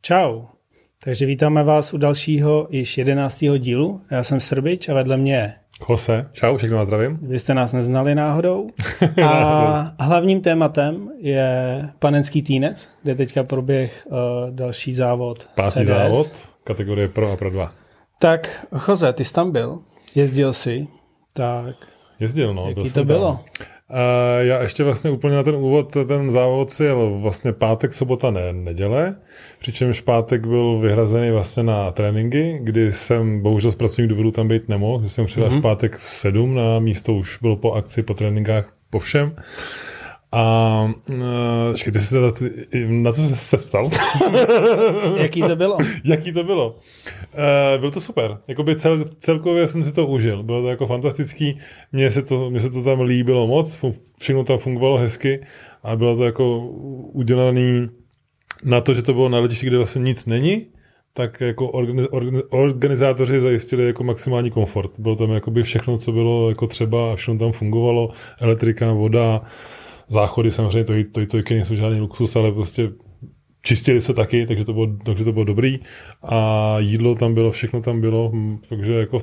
Čau. Takže vítáme vás u dalšího již 11. dílu. Já jsem Srbič a vedle mě je Jose. Čau, všechno vás zdravím. Vy jste nás neznali náhodou. A hlavním tématem je Panenský týnec, kde teďka proběh další závod. Pátý CDS. závod, kategorie Pro a Pro 2. Tak, Jose, ty jsi tam byl, jezdil jsi, tak Jezdil, no. jaký to bylo? Já ještě vlastně úplně na ten úvod, ten závod si jel vlastně pátek, sobota, neděle, přičemž pátek byl vyhrazený vlastně na tréninky, kdy jsem bohužel z pracovních důvodů tam být nemohl, že jsem přijel až v pátek v 7 na místo, už bylo po akci, po tréninkách, po všem. A ty jsi na co se ptal? Jaký to bylo? Jaký to bylo? Bylo to super. Jakoby celkově jsem si to užil. Bylo to jako fantastický. Mně se to tam líbilo moc. Všechno tam fungovalo hezky a bylo to jako udělané na to, že to bylo na letišti, kde vlastně nic není, tak jako organizátoři zajistili jako maximální komfort. Bylo tam jakoby všechno, co bylo jako třeba a všechno tam fungovalo. Elektrika, voda, záchody samozřejmě, to nejsou žádný luxus, ale prostě čistili se taky, takže to bylo dobrý a jídlo tam bylo, všechno tam bylo, takže jako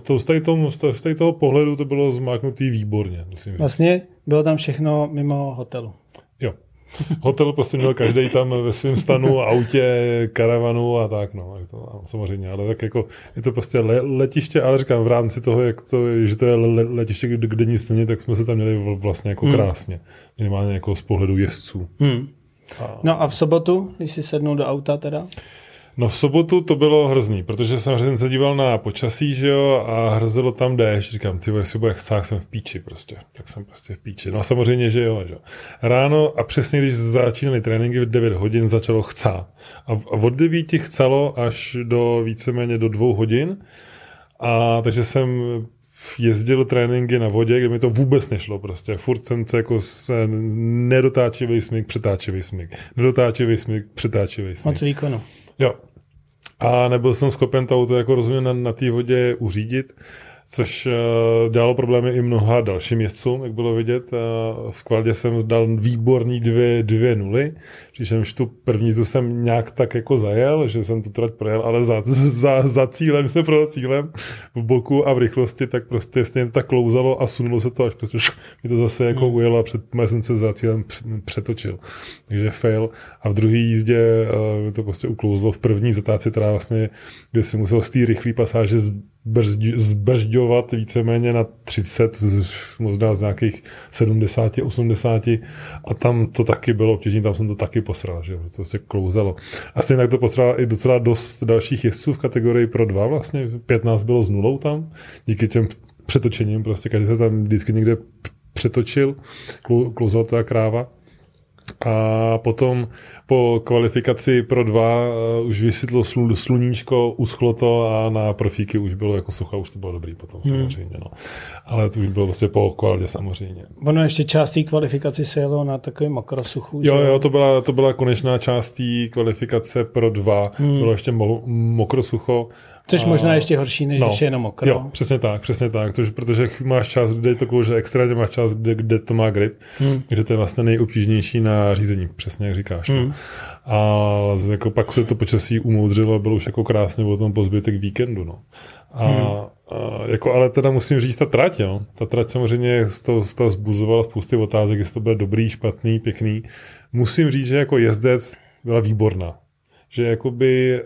z toho pohledu to bylo zmáknutý výborně. Musím říct. Vlastně bylo tam všechno mimo hotelu. Jo. Hotel prostě měl každý tam ve svém stanu, autě, karavanu a tak, no, samozřejmě, ale tak jako je to prostě letiště, ale říkám v rámci toho, že to je letiště, kde nic není, tak jsme se tam měli vlastně jako krásně, minimálně jako z pohledu jezdců. No a v sobotu, když jsi sednul do auta teda? No v sobotu to bylo hrozný, protože jsem se díval na počasí, že jo, a hrozilo tam déšť. Říkám, ty jestli bude chcát, jsem v píči prostě. Tak jsem prostě v píči. No a samozřejmě, že jo, že jo. Ráno a přesně když začínaly tréninky v 9 hodin, začalo chcát. A od 9 chcelo až do víceméně do 2 hodin. A takže jsem jezdil tréninky na vodě, kde mi to vůbec nešlo prostě. Furt jsem se jako nedotáčivý smyk, přetáčivý smyk. Nedotáčivý smyk, přetáčivý smyk. Moc výkonu. Jo. A nebyl jsem schopen to auto jako rozhodně na té vodě uřídit, což dělalo problémy i mnoha dalším jezdcům, jak bylo vidět. V kvaldě jsem dal výborný 2-0, přičemž tu první tu jsem nějak tak jako zajel, že jsem tu trať projel, ale za cílem se projel cílem v boku a v rychlosti, tak prostě stejně tak klouzalo a sunulo se to, až prostě mi to zase jako ujelo a jsem se za cílem přetočil. Takže fail. A v druhé jízdě mi to prostě uklouzlo v první zatáci, teda vlastně, kde si musel z té rychlé pasáže zbržďovat víceméně na 30, možná z nějakých 70, 80 a tam to taky bylo obtížné, tam jsem to taky posral, že to se klouzalo. A stejně tak to posral i docela dost dalších jezdců v kategorii Pro 2 vlastně, 15 bylo s nulou tam, díky těm přetočením, prostě každý se tam vždycky někde přetočil, klouzala to jak kráva. A potom po kvalifikaci Pro 2 už vysvětlo sluníčko, uschlo to a na profíky už bylo jako sucho, už to bylo dobrý potom samozřejmě. No. Ale to už bylo vlastně po kvaldě samozřejmě. Ono ještě část té kvalifikaci se jelo na takový mokrosuchu. Jo, to byla konečná část té kvalifikace Pro 2. Bylo ještě mokrosucho. Což možná ještě horší, než když je jenom mokro. Jo, přesně tak. Protože máš čas, kde je to kouže extrémně, máš čas, kde to má grip, kde to je vlastně nejobtížnější na řízení, přesně jak říkáš. No. A jako pak se to počasí umoudřilo, bylo už jako krásně o tom po zbytek víkendu. No. Jako, ale teda musím říct ta trať, jo. Ta trať samozřejmě to zbuzovala spousty otázek, jestli to bude dobrý, špatný, pěkný. Musím říct, že jako jezdec byla výborná. Že jakoby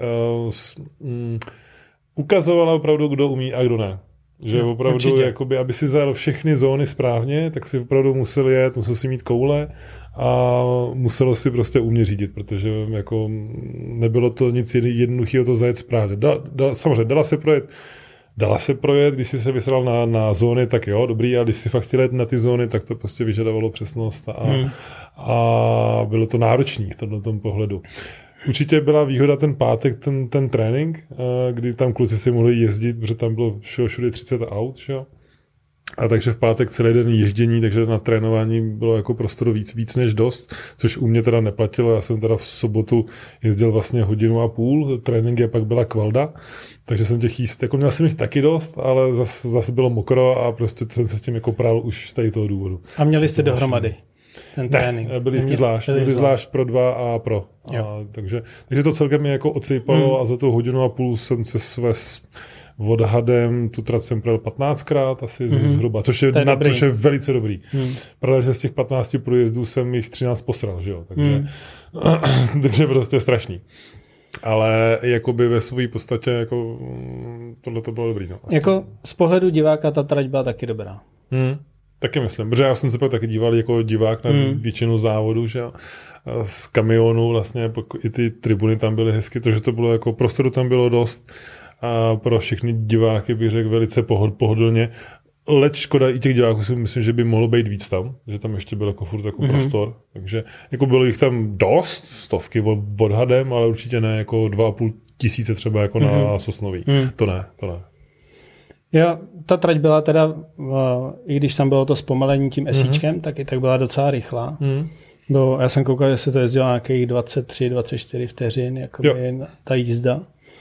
ukazovala opravdu, kdo umí a kdo ne. Že opravdu, jakoby, aby si zajel všechny zóny správně, tak si opravdu musel si mít koule a muselo si prostě umět řídit, protože jako nebylo to nic jednoduchého to zajet správně. Samozřejmě, dala se projet, když si se vysral na zóny, tak jo, dobrý, a když si fakt chtěl jet na ty zóny, tak to prostě vyžadovalo přesnost a bylo to náročný v tom pohledu. Určitě byla výhoda ten pátek, ten trénink, kdy tam kluci si mohli jezdit, protože tam bylo všude 30 aut, šo? A takže v pátek celý den ježdění, takže na trénování bylo jako prostoru víc než dost, což u mě teda neplatilo. Já jsem teda v sobotu jezdil vlastně 1,5 hodiny, trénink je pak byla kvalda, takže jsem těch jíst, jako měl jsem jich taky dost, ale zase bylo mokro a prostě jsem se s tím jako prál už z tady toho důvodu. A měli jste dohromady? ten trénink. Ne, byli zvlášť pro 2 a pro. Takže to celkem mě jako odsejpalo a za tu 1,5 hodiny jsem se svez odhadem, tu trať jsem projel 15krát asi zhruba, což je velice dobrý. Pravda, že z těch 15 průjezdů jsem jich 13 posral, že jo, takže prostě strašný. Ale jakoby ve své podstatě jako tohle to bylo dobrý. No, jako z pohledu diváka ta trať byla taky dobrá. Taky myslím, protože já jsem se pak taky díval jako divák na většinu závodů, že jo. Z kamionu vlastně, i ty tribuny tam byly hezky, protože to bylo jako prostoru tam bylo dost a pro všechny diváky bych řekl velice pohodlně. Leč škoda i těch diváků si myslím, že by mohlo být víc tam, že tam ještě byl jako furt jako prostor, takže jako bylo jich tam dost, 100 odhadem, ale určitě ne jako 2,5 tisíce třeba jako na Sosnoví. To ne. Jo, ta trať byla teda, i když tam bylo to zpomalení tím esíčkem, tak i tak byla docela rychlá. Já jsem koukal, že se to jezdilo nějakých 23-24 vteřin, jakoby ta jízda.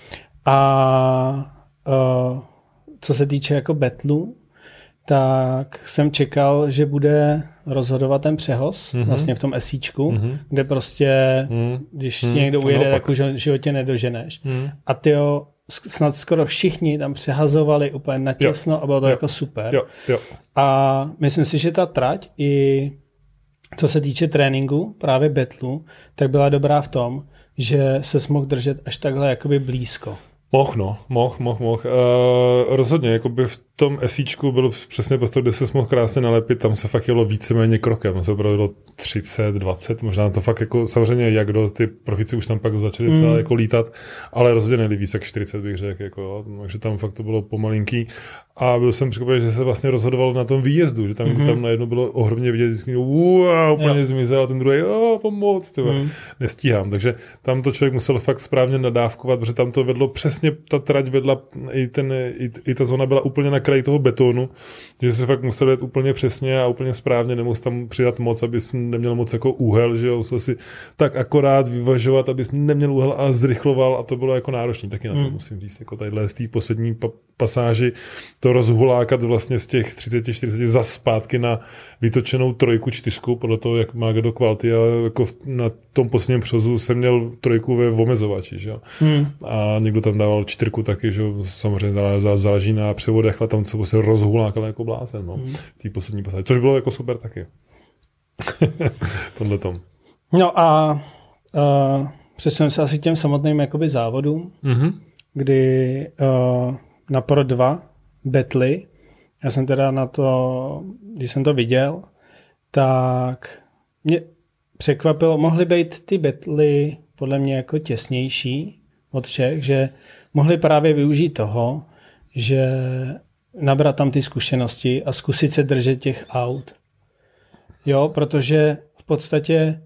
A co se týče jako betlu, tak jsem čekal, že bude rozhodovat ten přehoz vlastně v tom esíčku, kde prostě, když ti někdo ujede, tak už v životě nedoženeš. A tyjo, snad skoro všichni tam přehazovali úplně natěsno a bylo to jako super. Jo. A myslím si, že ta trať i co se týče tréninku, právě betlu, tak byla dobrá v tom, že se mohl držet až takhle jakoby blízko. Mohl. Rozhodně, jakoby v tom esíčku byl přesně prostor, kde se mohl krásně nalepit, tam se fakt jelo víceméně krokem, se opravdu 30, 20, možná to fakt jako samozřejmě jak do ty profici už tam pak začali celé jako lítat, ale rozhodně nejli víc jak 40 bych řekl, jako, takže tam fakt to bylo pomalinký a byl jsem překvapený, že se vlastně rozhodovalo na tom výjezdu, že tam najednou bylo ohromně vidět, vždycky úplně zmizel a ten druhý, pomoc, nestíhám, takže tam to člověk musel fakt správně nadávkovat, protože tam to vedlo přesně, ta trať vedla, i ta zóna byla úplně na kraji toho betonu, že se fakt musel jít úplně přesně a úplně správně, nemohl tam přidat moc, abys neměl moc jako úhel, že jo, musel si tak akorát vyvažovat, abys neměl úhel a zrychloval a to bylo jako náročný, taky na to musím říct, jako tadyhle z té poslední pasáži to rozhulákat vlastně z těch 30-40 zas zpátky na vytočenou 3, 4, podle toho, jak má kdo kvality, ale jako na tom posledním převozu jsem měl 3 ve omezovači, že jo. A někdo tam dával 4 taky, že jo, samozřejmě záleží na převodech, ale tam se prostě rozhulákal jako blázen, no, v té poslední pasáži, což bylo jako super taky. Tohle tom. No a přesuneme se asi k těm samotným jakoby závodům, kdy na Pro 2 betly, já jsem teda na to, když jsem to viděl, tak mě překvapilo, mohly být ty betly podle mě jako těsnější od všech, že mohli právě využít toho, že nabrat tam ty zkušenosti a zkusit se držet těch aut. Jo, protože v podstatě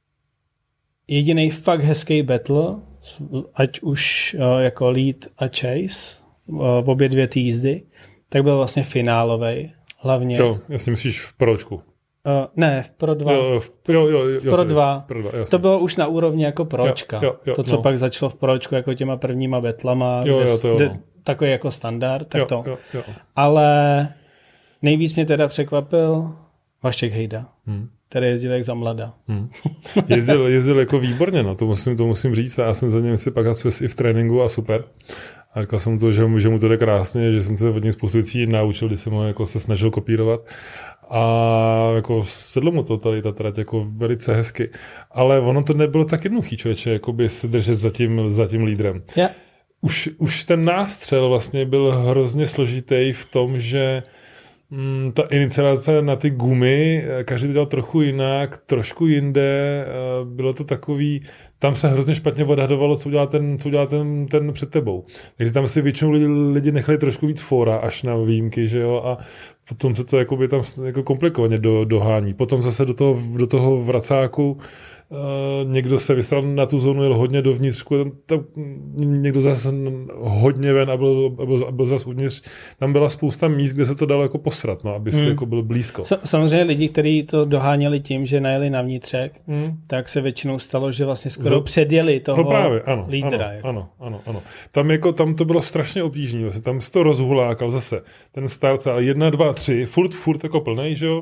jediný fakt hezký battle, ať už jako lead a chase, v obě dvě ty jízdy, tak byl vlastně finálovej. Hlavně. Jo, jestli myslíš v Pročku. Ne, v Pro 2. V Pro 2. To bylo už na úrovni jako Pročka. To, co pak začalo v Pročku jako těma prvníma betlama. Takový jako standard. Tak to. Ale nejvíc mě teda překvapil Vašek Hejda, který jezdil jak za mlada. Jezdil jako výborně, no, to musím říct. A já jsem za něm si pak i v tréninku a super. A říkal jsem mu to, že mu to jde krásně, že jsem se od něj spoustu věcí naučil, když jsem ho jako se snažil kopírovat. A jako sedlo mu to tady ta trať jako velice hezky. Ale ono to nebylo tak jednoduchý, člověče, jakoby se držet za tím lídrem. Yeah. Už ten nástřel vlastně byl hrozně složitý v tom, že ta iniciace na ty gumy, každý to dělal trochu jinak, trošku jinde, bylo to takový, tam se hrozně špatně odhadovalo, co udělá ten před tebou. Takže tam si většinou lidi nechali trošku víc fóra, až na výjimky, že jo, a potom se to jakoby tam jako komplikovaně dohání. Potom zase do toho vracáku někdo se vysral na tu zónu, jel hodně dovnitřku, tam někdo zase hodně ven a byl zase uvnitř. Tam byla spousta míst, kde se to dalo jako posrat, no, aby se jako byl blízko. Samozřejmě lidi, kteří to doháněli tím, že najeli na vnitřek, tak se většinou stalo, že vlastně skoro předjeli toho lídra. Ano. Tam to bylo strašně obtížné. Vlastně. Tam se to rozhulákal zase. Ten start, ale 1, 2, 3, furt jako plnej, že jo?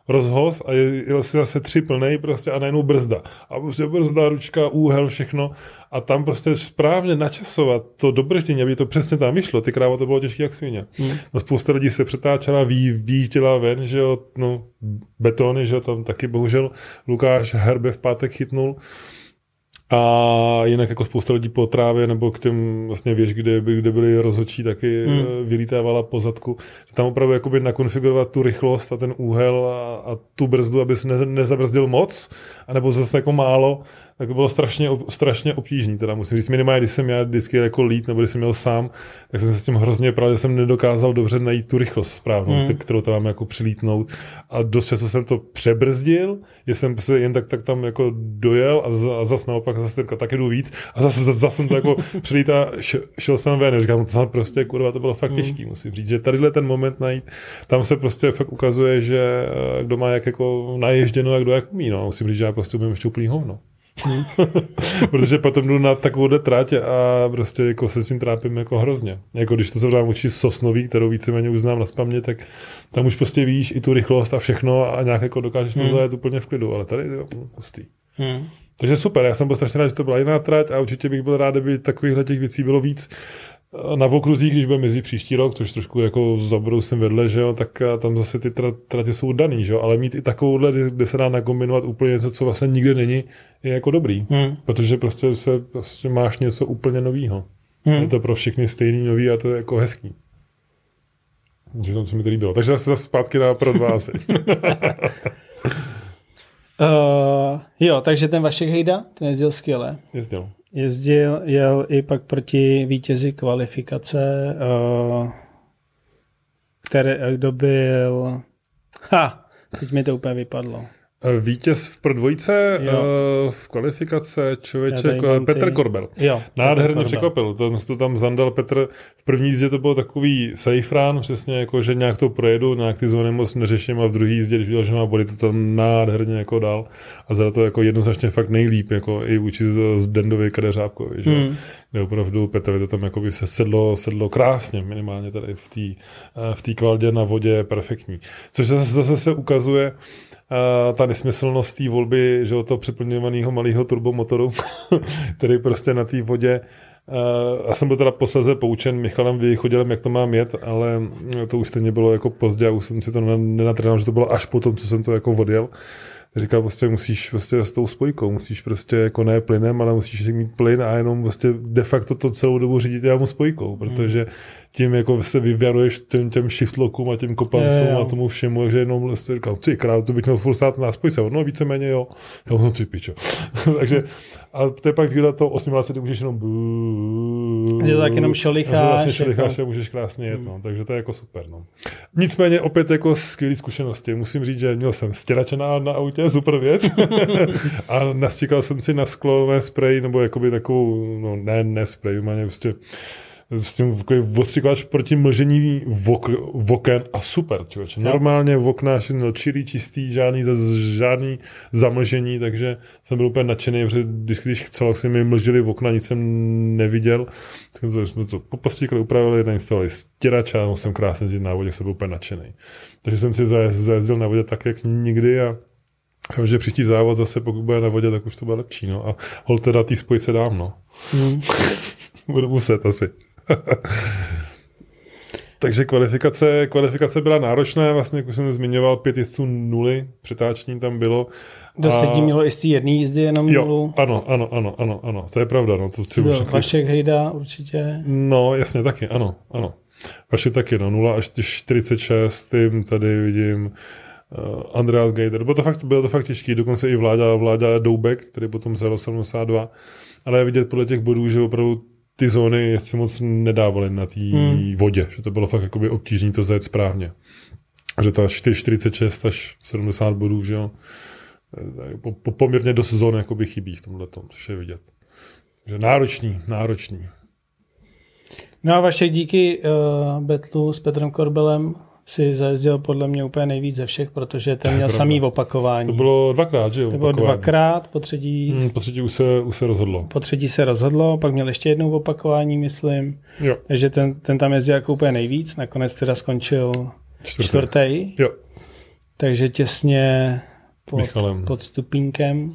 rozhoz a jel si zase 3 plnej prostě a najednou brzda. A prostě brzda, ručka, úhel, všechno. A tam prostě správně načasovat to dobrždění, aby to přesně tam vyšlo. Ty kráva to bylo těžké jak svině. A spousta lidí se přetáčela, výjížděla ven, že jo, no, betony, že jo, tam taky bohužel Lukáš Herbe v pátek chytnul. A jinak jako spousta lidí po trávě nebo k těm vlastně věž, kde byly rozhodčí, taky vylítávala po zadku. Tam opravdu jakoby nakonfigurovat tu rychlost a ten úhel a tu brzdu, aby se nezabrzdil moc, anebo zase jako málo, tak to bylo strašně obtížný. Teda musím říct, minimálně, když jsem měl vždycky jako lít, nebo když jsem měl sám, tak jsem se s tím hrozně právě, že jsem nedokázal dobře najít tu rychlost správnou, kterou tam mám jako přilítnout. A dost často jsem to přebrzdil, že jsem se jen tak tam jako dojel a zase naopak zase taky jdu víc a zase jsem to jako přelít a šel jsem ven. Říkám, to prostě kurva, to bylo fakt těžký, musím říct, že tadyhle ten moment najít, tam se prostě fakt ukazuje, že kdo má jak jako naježděno a kdo jak umí, no. Musím říct, že já prostě umím ještě úplný hovno. Protože potom jdu na takovouhle trať a prostě jako se s tím trápím jako hrozně. Jako když to zrovna učí Sosnový, kterou víceméně už znám nazpaměť, tak tam už prostě víš i tu rychlost a všechno a nějak jako dokážeš to zajet úplně v klidu, ale tady je pustý. Takže super, já jsem byl strašně rád, že to byla jiná trať a určitě bych byl rád, kdyby takovýchhle těch věcí bylo víc na okruzích, když budeme jezdit příští rok, což trošku jako zabrousím vedle, že jo, tak tam zase ty tratě jsou daný, že jo, ale mít i takovouhle, kde se dá nakombinovat úplně něco, co vlastně nikde není, je jako dobrý, protože prostě máš něco úplně novýho. Je to pro všechny stejný nový a to je jako hezký. Takže to, co mi to líbilo. Takže zase zpátky na Pro 2 asi. Jo, takže ten Vašek Hejda, ten jezdil skvěle. Jel i pak proti vítězi kvalifikace, kdo byl... Teď mi to úplně vypadlo. Vítěz v Pro 2 v kvalifikace člověče Petr Korbel. Nádherně překvapil. To tam zandal Petr. V první jízdě to bylo takový safe run, přesně jako, že nějak to projedu, nějak ty zóny moc neřeším a v druhý jízdě, když viděl, že má body, to tam nádherně jako dal a za to jako jednoznačně fakt nejlíp, jako i vůči Zdendovi Kadeřábkovi, že? Kde opravdu Petrovi to tam jako by se sedlo krásně, minimálně tady v té kvaldě na vodě perfektní. Což zase se ukazuje ta nesmyslnost té volby, že o toho přeplňovaného malého turbomotoru, který prostě na té vodě. Já jsem byl teda posledně poučen Michalem Vychodilem, jak to mám jet, ale to už stejně bylo jako pozdě a už jsem si to nenatrénoval, že to bylo až po tom, co jsem to jako odjel. Říkal, prostě musíš prostě s tou spojkou, musíš prostě jako ne plynem, ale musíš mít plyn a jenom prostě de facto to celou dobu řídit jenom spojkou, protože tím jako se vyvěruješ těm shift lockům a těm kopancům a tomu všemu, takže jenom říkal, ty král, to bych měl furt stát na spojce, no víceméně jo, no ty pičo. Takže a to je pak výhoda toho 18, ty můžeš jenom že to tak jenom šolicháš a můžeš krásně jet, no, takže to je jako super, no. Nicméně opět jako skvělý zkušenosti, musím říct, že měl jsem stěrače na autě, super věc a nastíkal jsem si na sklo spray, nebo jakoby takovou, no ne spray, má prostě s tím odstřikovač proti mlžení oken a super, člověče. Normálně v oknáš měl čirý, čistý, žádný zamlžení, takže jsem byl úplně nadšený, protože když chcel, tak si mi mlžili v okna, nic jsem neviděl. Tak jsme to postíkali, upravili, nainstalovali stěrač a jsem krásně jezdit na vodě, jsem byl úplně nadšený. Takže jsem si zajezdil na vodě tak, jak nikdy a že příští závod zase, pokud bude na vodě, tak už to bude lepší. No. A hol teda tý spojce dám, no. Budu muset asi. Takže kvalifikace byla náročná, vlastně, jak už jsem zmiňoval, 5 jezdců 0, přetáčení tam bylo. Dost lidí mělo i z té jedné jízdy jenom 0. Ano, to je pravda. No, to Vašek Hejda určitě. No, jasně, taky, ano. Vašek taky, no, 0 až 46, tím tady vidím Andreas Gejder. Bylo to fakt těžký, dokonce i Vláďa Doubek, který potom zjel 72, ale je vidět podle těch bodů, že opravdu ty zóny se moc nedávaly na té vodě, že to bylo fakt jakoby obtížné to zajet správně. Že ta 46 až 70 bodů, že jo, poměrně dost zón jakoby chybí v tomhletom, což je vidět. Takže náročný. No a Vašek díky betlu s Petrem Korbelem si zajezdil podle mě úplně nejvíc ze všech, protože ten měl samý opakování. To bylo dvakrát, že jo? To bylo dvakrát, po třetí už se rozhodlo. Po třetí se rozhodlo, pak měl ještě jednou opakování, myslím. Jo. Takže ten tam jezdil jako úplně nejvíc, nakonec teda skončil čtvrtý. Jo. takže těsně pod stupínkem.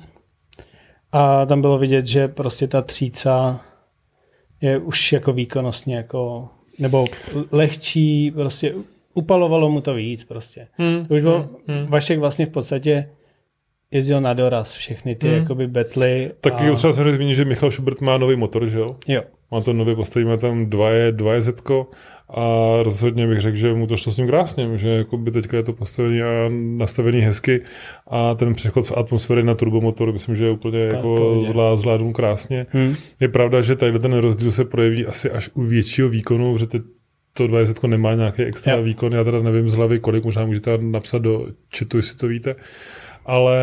A tam bylo vidět, že prostě ta tříca je už jako výkonnostně jako, nebo lehčí, prostě upalovalo mu to víc prostě. To už bylo, Vašek vlastně v podstatě jezdil na doraz všechny ty jakoby betly. Taky třeba jsem zmínit, že Michal Schubert má nový motor, že jo? Jo. Má to nově postavit, má tam 2 zetko a rozhodně bych řekl, že mu to šlo s tím krásně, že jakoby teďka je to postavený a nastavený hezky a ten přechod z atmosféry na turbomotor, myslím, že je úplně jako zvládnul krásně. Je pravda, že tady ten rozdíl se projeví asi až u většího výkonu, protože to 2 zetko nemá nějaký extra výkon, já teda nevím z hlavy kolik, možná můžete napsat do chatu, jestli to víte. Ale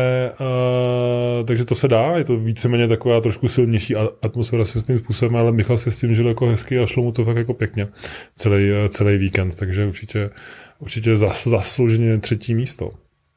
takže to se dá, je to víceméně taková trošku silnější atmosféra se s tím způsobem, ale Michal se s tím žil jako hezky a šlo mu to fakt jako pěkně celý víkend, takže určitě zaslouženě 3. místo.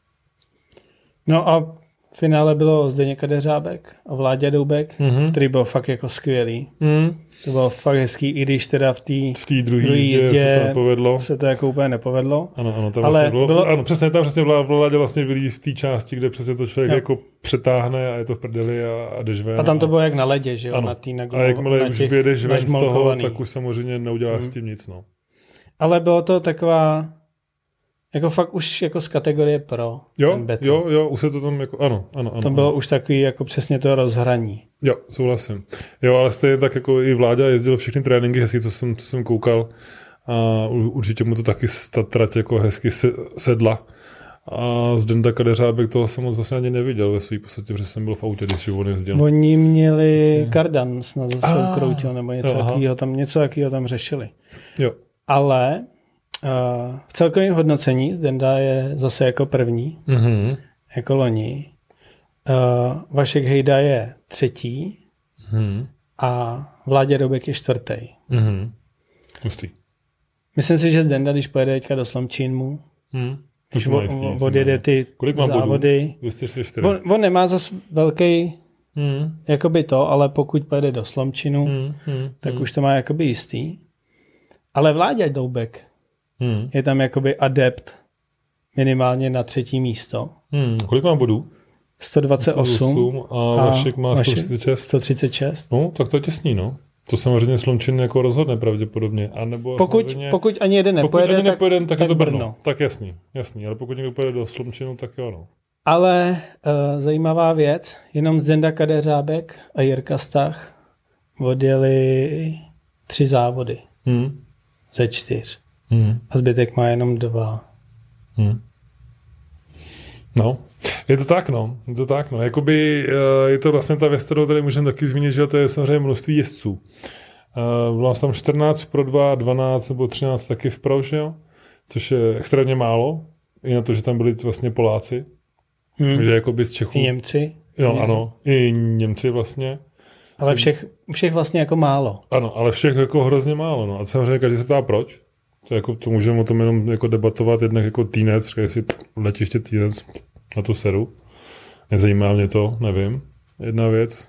No a v finále bylo Zdeněk Kadeřábek a Vláďa Doubek, který byl fakt jako skvělý. To bylo fakt hezký, i když teda v té druhé jízdě se to jako úplně nepovedlo. Ano, tam ale vlastně bylo, ano, přesně Vláďa vlastně byli v té části, kde přesně to člověk jako přetáhne a je to v prdeli a jdeš ven. A tam to bylo jak na ledě, že jo? Ano. A jakmile už vyjedeš ven z toho, tak už samozřejmě neuděláš s tím nic. No. Ale bylo to taková jako fakt už jako z kategorie pro ten battle. Jo, už se to tam jako, ano. To bylo už takový jako přesně to rozhraní. Jo, souhlasím. Jo, ale stejně tak jako i Vláďa jezdil všechny tréninky hezky, co jsem koukal a určitě mu to taky ta trať jako hezky sedla. A Zdenda Kadeřábek toho jsem moc vlastně ani neviděl ve své podstatě, protože jsem byl v autě, když on jezdil. Oni měli kardan snad zase ukroutil, nebo něco jakýho tam řešili. Jo. Ale v celkovém hodnocení Zdenda je zase jako první, jako loni. Vašek Hejda je 3. a Vláďa Doubek je 4. Hustý. Myslím si, že Zdenda, když pojede teďka do Slomčínu, když odjede ty závody, on nemá zase velký jakoby to, ale pokud pojede do Slomčínu, tak už to má jakoby jistý. Ale Vláďa Doubek je tam jakoby adept minimálně na 3. místo. Kolik má bodů? 128 a Vašek má 136. No, tak to je těsný, no. To samozřejmě Slomčin jako rozhodne pravděpodobně. A nebo pokud ani jeden nepojede, tak je to Brno. Tak jasný. Ale pokud někdo pojede do Slomčinu, tak jo, no. Ale zajímavá věc, jenom Zdenda Kadeřábek a Jirka Stach odjeli 3 závody ze 4. A zbytek má jenom 2. No, je to tak, no. Jakoby je to vlastně ta věc, kterou tady můžeme taky zmínit, že to je samozřejmě množství jezdců. Bylo tam 14 pro 2, 12 nebo 13 taky v pro, že jo? Což je extrémně málo. I na to, že tam byli vlastně Poláci. Takže jakoby z Čechů. I Němci. Jo, ano. I Němci vlastně. Ale všech vlastně jako málo. Ano, ale všech jako hrozně málo. No. A samozřejmě každý se ptá proč. To můžeme o tom jenom jako debatovat, jednak jako Týnec, říkají si letiště Týnec na tu seru. Nezajímá mě to, nevím. Jedna věc.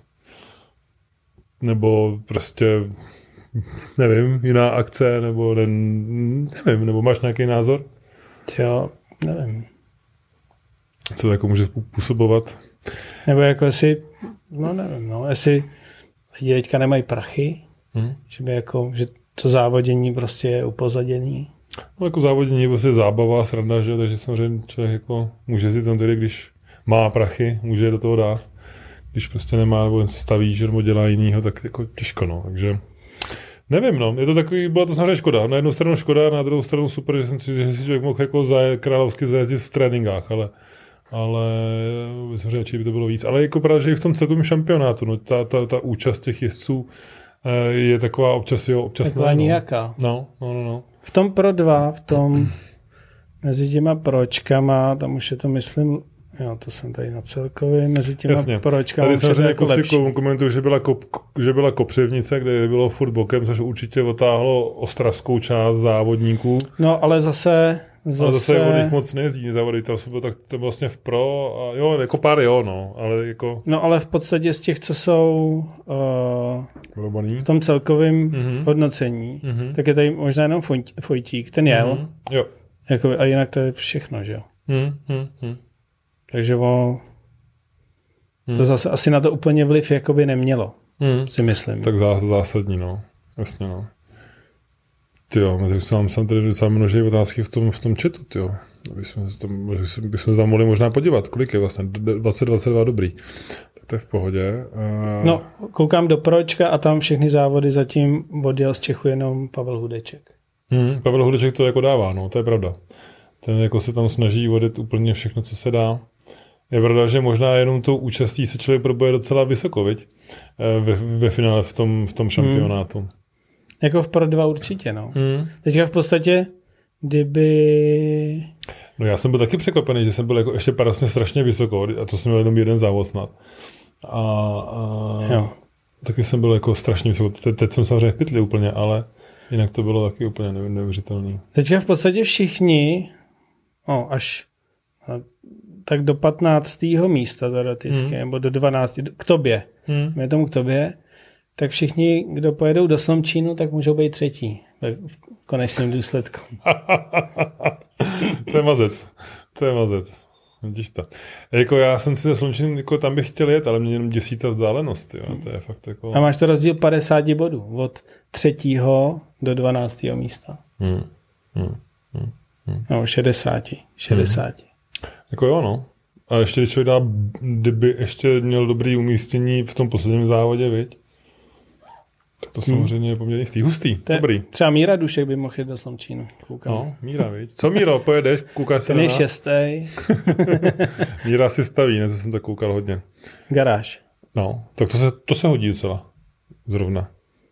Nebo prostě, nevím, jiná akce, nebo nevím, nebo máš nějaký názor? Jo, nevím. Co to jako může způsobovat? Nebo jako jestli, nevím, jestli lidi teďka nemají prachy, že to závodění prostě je upozadění. No jako závodění je prostě zábava, sranda, že? Takže samozřejmě člověk jako může si tam tedy, když má prachy, může do toho dát. Když prostě nemá nebo něco staví, že nebo dělá jinýho, tak jako těžko, no. Takže nevím, no. Je to takový, byla to samozřejmě škoda. Na jednu stranu škoda, na druhou stranu super, že si člověk mohl jako královsky zajezdit v tréninkách, ale myslím, že radši by to bylo víc. Ale jako právě, že i v tom celkovém šampionátu, no, ta účast těch jezdců je taková občas taková nějaká. No. V tom pro 2, v tom mezi těma pročkama, tam už je to, myslím, to jsem tady na celkově, mezi těma pročkama tady už je to jako lepší. Komentuju, že byla Kopřivnice, kde bylo furt bokem, což určitě otáhlo ostravskou část závodníků. No, ale zase od nich moc nejezdí závody, tam jsou tak vlastně v pro, a jo, jako pár no, ale jako... No, ale v podstatě z těch, co jsou v tom celkovém hodnocení, tak je tady možná jenom Fojtík, ten jel. Jo. Jako, a jinak to je všechno, že jo? Takže to zase asi na to úplně vliv jakoby nemělo, si myslím. Tak zásadní, no. Jasně, no. Tyjo, jsem tady docela množí otázky v tom chatu, tyjo. Bychom tam mohli možná podívat, kolik je vlastně, 2022 dobrý. Tak to je v pohodě. No, koukám do Pročka a tam všechny závody zatím odjel z Čechu jenom Pavel Hudeček. Pavel Hudeček to jako dává, no, to je pravda. Ten jako se tam snaží odjet úplně všechno, co se dá. Je pravda, že možná jenom tou účastí se člověk proboje docela vysoko, viď? Ve finále v tom šampionátu. Jako v Pro 2 určitě, no. Teďka v podstatě, kdyby... No já jsem byl taky překvapený, že jsem byl jako ještě paradoxně strašně vysoko a to jsem měl jenom jeden závod snad. A taky jsem byl jako strašně vysoko. Teď jsem samozřejmě v pytli úplně, ale jinak to bylo taky úplně neuvěřitelný. Teďka v podstatě všichni, až tak do 15. místa teoreticky, nebo do 12. K tobě. Mě tomu k tobě. Tak všichni, kdo pojedou do Slomčínu, tak můžou být třetí v konečném důsledku. To je mazec. Vidíš to. Jako já jsem si ze Slomčínu, jako tam bych chtěl jet, ale mě jenom děsí ta vzdálenost. Jo. To je fakt jako... A máš to rozdíl 50 bodů. Od 3. do 12. místa. No, 60. Jako jo, no. A ještě když člověk dá, kdyby ještě měl dobrý umístění v tom posledním závodě, viď? Tak to samozřejmě je poměrně hustý. Dobrý. Třeba Míra Dušek by mohl jít do Slomčínu. Koukám. No, Míra, viď? Co Míro, pojedeš? Koukáš se ten na je nás? 6. Míra si staví, ne? To jsem tak koukal hodně. Garáž. No, tak to se hodí docela. Zrovna.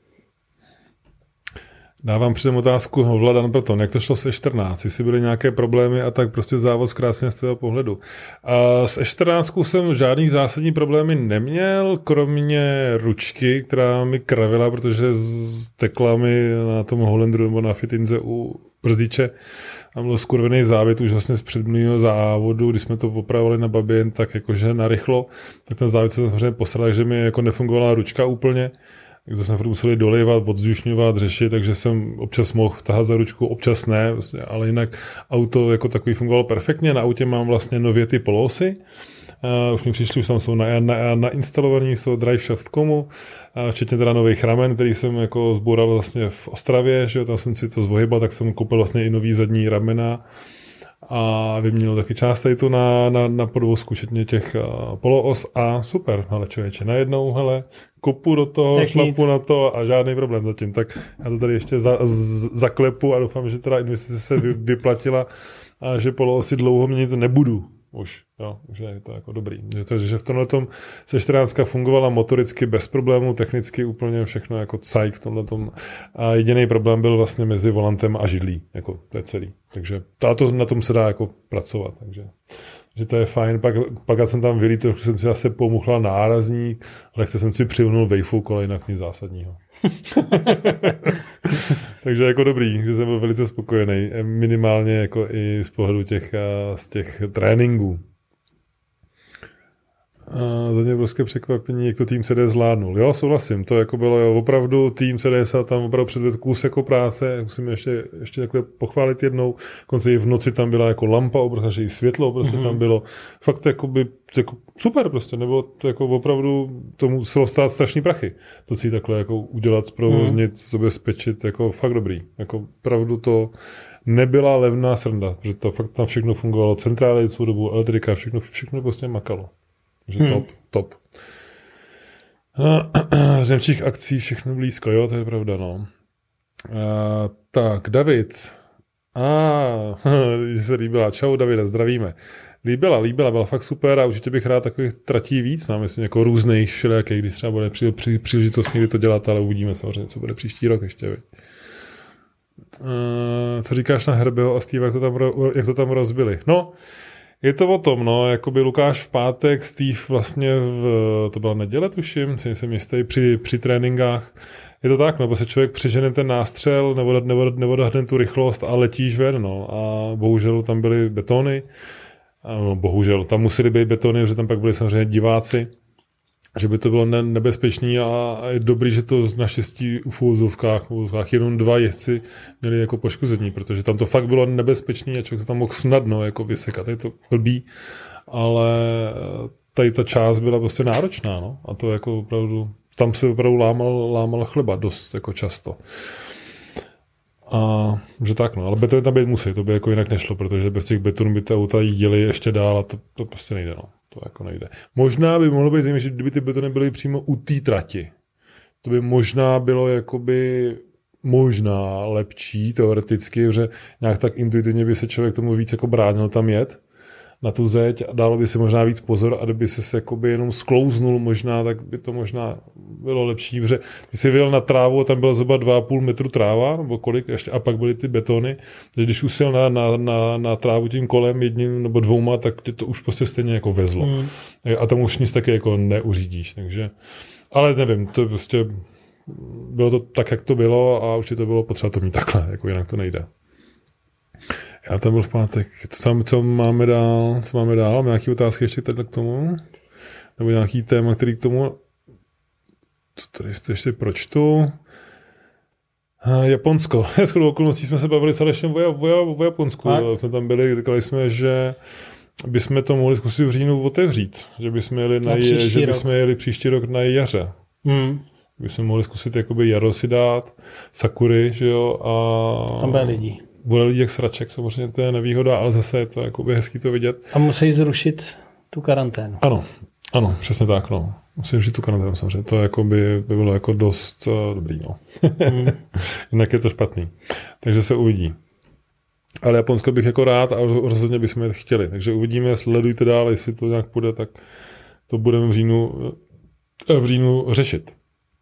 Dávám předem otázku Vladan Proton. Jak to šlo s E14? Jestli byly nějaké problémy a tak prostě závod zkráceně z tvého pohledu. A s E14 jsem žádný zásadní problémy neměl, kromě ručky, která mi kravila, protože tekla mi na tom Hollanderu nebo na Fitinze u brzdiče. A byl skurvený závět už vlastně z předminulého závodu, když jsme to popravili na Babě, tak jakože narychlo, tak ten závět se samozřejmě posral, takže mi jako nefungovala ručka úplně. Tak to jsme museli dolévat, odzdušňovat, řešit, takže jsem občas mohl tahat za ručku, občas ne, vlastně, ale jinak auto jako takový fungovalo perfektně. Na autě mám vlastně nově ty polosy. Už mi přišli, už tam jsou nainstalovaný, jsou driveshaft.comu, včetně teda nových ramen, který jsem jako sboural vlastně v Ostravě, že jo, tam jsem si to zvohybal, tak jsem koupil vlastně i nový zadní ramena a vyměnil taky část tady tu na podvozku, včetně těch poloos a super, hele člověče, najednou, hele, kopu do toho, šlapu na to a žádný problém zatím, tak já to tady ještě zaklepu a doufám, že teda investice se vyplatila a že poloosy dlouho měnit nebudu. Už je to jako dobrý. Že v tomhletom se 14 fungovala motoricky bez problémů, technicky úplně všechno jako cajk v tomhletom. A jediný problém byl vlastně mezi volantem a židlí. Jako to je celý. Takže na tom se dá jako pracovat. Takže to je fajn. Pak jsem tam vylít, jsem si zase pomuchlal nárazník, lehce jsem si přivnul vejfuk, ale jinak nic zásadního. Takže jako dobrý, že jsem byl velice spokojený. Minimálně jako i z pohledu z těch tréninků. Za mě obrovské překvapení, jak to tým CD zvládnul. Jo, souhlasím, to jako bylo opravdu tým CDS tam opravdu předvedl kus jako práce, musím ještě takhle pochválit jednou. Konce i v noci tam byla jako lampa, protože i světlo prostě tam bylo. Fakt jako super prostě, nebo to jako opravdu to muselo stát strašný prachy. To si takhle jako udělat, zprovoznit, zabezpečit, jako fakt dobrý. Jako opravdu to nebyla levná sranda, protože to fakt tam všechno fungovalo, centrály, celou dobu, elektrika, všechno prostě makalo. Takže top. Z němčích akcí všechno blízko, jo, to je pravda, no. Tak, David. Že se líbila. Čau, Davide, zdravíme. Líbila, byla fakt super a určitě bych rád takových tratí víc, no, myslím, jako různých všelijakých, když třeba bude příležitost někdy to dělat, ale uvidíme samozřejmě, co bude příští rok ještě, viď. Co říkáš na Herbeho a Steve, jak to tam rozbili? No, je to o tom, no, jakoby Lukáš v pátek, Steve vlastně to byla neděle, tuším, jsem jistý, při tréninkách. Je to tak, nebo se člověk přežene ten nástřel, nebo dohne tu rychlost a letíš ven, no. A bohužel tam byly betony. Bohužel, tam museli být betony, protože tam pak byli samozřejmě diváci. že by to bylo nebezpečný a je dobrý, že to naštěstí v uvozovkách jenom 2 jezdci měli jako poškození, protože tam to fakt bylo nebezpečný a člověk se tam mohl snadno jako vysekat, je to blbý, ale tady ta část byla prostě náročná, no, a to jako opravdu, tam se opravdu lámal chleba dost jako často. A že tak, no, ale betony tam být musí, to by jako jinak nešlo, protože bez těch betonů by ty auta jeli ještě dál a to prostě nejde, no. To jako nejde. Možná by mohlo být zajímavé, kdyby ty betony byly přímo u té trati. To by možná bylo jakoby možná lepší teoreticky, že nějak tak intuitivně by se člověk tomu víc jako bránil tam jet na tu zeď a dalo by si možná víc pozor a kdyby se jakoby jenom sklouznul možná, tak by to možná bylo lepší, protože když jsi vyjel na trávu, tam byla zhruba 2,5 metru tráva, nebo kolik, ještě, a pak byly ty betony, takže když už jel na trávu tím kolem jedním nebo 2, tak tě to už prostě stejně jako vezlo. A tam už nic taky jako neuřídíš, takže, ale nevím, to prostě bylo to tak, jak to bylo a určitě to bylo potřeba to mít takhle, jako jinak to nejde. Já tam byl v pátek. Co máme dál? Máme nějaké otázky ještě tady k tomu? Nebo nějaký téma, který k tomu... Co tady ještě pročtu? Japonsko. Shodou okolností jsme se bavili s Alešem o Japonsku. Jsme tam byli, říkali jsme, že bychom to mohli zkusit v říjnu otevřít. Že bychom jeli příští rok na jaře. Bychom mohli zkusit jakoby jaro si dát, sakury, že jo, a... Tam bude lidí. Bude lidí jak sraček, samozřejmě to je nevýhoda, ale zase je to jakoby hezký to vidět. A musí zrušit tu karanténu. Ano, přesně tak, no. Musím zrušit tu karanténu samozřejmě. To jakoby by bylo jako dost dobrý, no. Jinak je to špatný. Takže se uvidí. Ale Japonsko bych jako rád a rozhodně bychom je chtěli. Takže uvidíme, sledujte dál, jestli to nějak půjde, tak to budeme v říjnu řešit.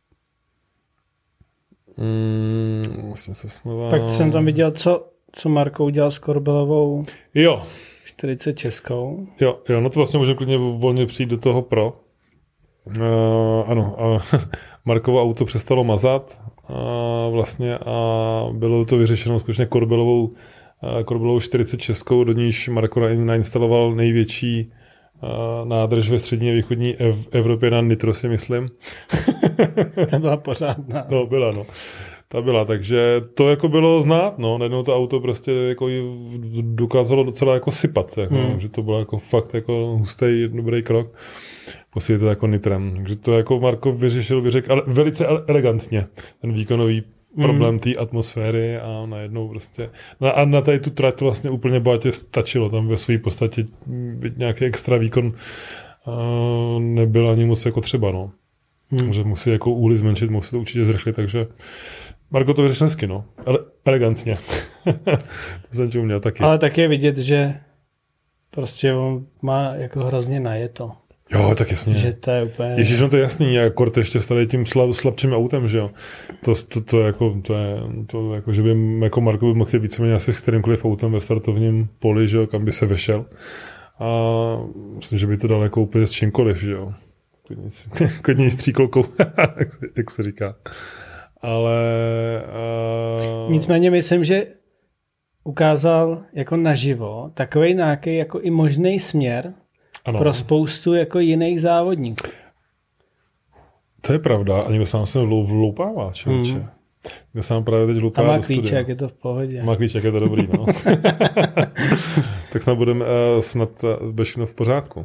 Vlastně se snova... Pak jsem tam viděl, co Marko udělal s Korbelovou 40 českou. Jo, no to vlastně můžeme klidně volně přijít do toho pro. Ano, Markovo auto přestalo mazat vlastně a bylo to vyřešeno skutečně Korbelovou 40 českou, do níž Marko nainstaloval největší nádrž ve střední a východní Evropě na nitro, si myslím. Ta byla pořádná. No, byla, no. Ta byla, takže to jako bylo znát, no. Najednou to auto prostě jako dokázalo docela jako sypat, jako, že to bylo jako fakt jako hustý, dobrý krok. Posílit to jako nitrem. Takže to jako Marko vyřešil, ale velice elegantně, ten výkonový problém té atmosféry a najednou prostě... A na tady tu trať to vlastně úplně bohatě stačilo. Tam ve své podstatě nějaký extra výkon nebyl ani moc jako třeba, no. Že musí jako úhly zmenšit, musí to určitě zrychlit, takže Marko to vyřešil hezky, no. Ale elegantně. To jsem tě uměl taky. Ale taky je vidět, že prostě on má jako hrozně najeto. Jo, tak jasně. Že to je úplně... Ježíš, no to je jasný, a kort ještě stali tím slabším autem, že jo. To jako, že by jako Marko by mohl víceméně asi s kterýmkoliv autem ve startovním poli, že jo, kam by se vešel. A myslím, že by to dal jako úplně s čímkoliv, že jo. Klidně s tříkolkou, jak se říká. Ale... Nicméně myslím, že ukázal jako naživo takovej nějaký jako i možný směr, ano, pro spoustu jako jiných závodníků. To je pravda. A někdo sám se vloupává, člověče. Někdo sám právě teď vloupává do studia. A má klíček, je to v pohodě. Má klíček, je to dobrý, no. Tak snad budeme všechno v pořádku.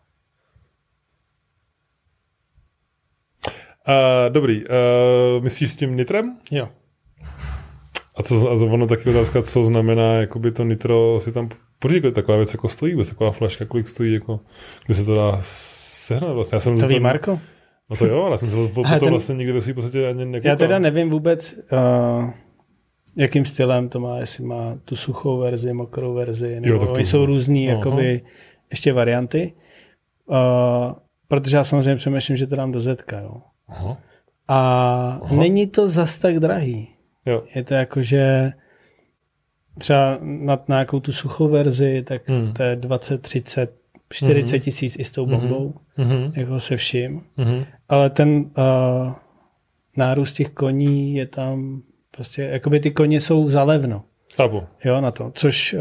Dobrý. Myslíš s tím nitrem? Jo. A ono taky otázka, co znamená jakoby to nitro, si tam pořídí, taková věc jako stojí, bez taková flaška, kolik stojí, jako, kde se to dá sehnat vlastně. Já jsem to ví Marko? No to jo, ale jsem se potom vlastně nikdy ve svým podstatě ani nekoukal. Já teda nevím vůbec, jakým stylem to má, jestli má tu suchou verzi, mokrou verzi, nebo oni jsou různý jakoby ještě varianty. Protože já samozřejmě přemýšlím, že to dám do Zetka, jo. A není to zas tak drahý. Jo. Je to jako, že třeba na nějakou tu suchou verzi, tak to je 20, 30, 40 tisíc i s tou bombou, jako se vším. Ale ten nárůst těch koní je tam prostě, jakoby ty koně jsou zalevno. Jo, na to, což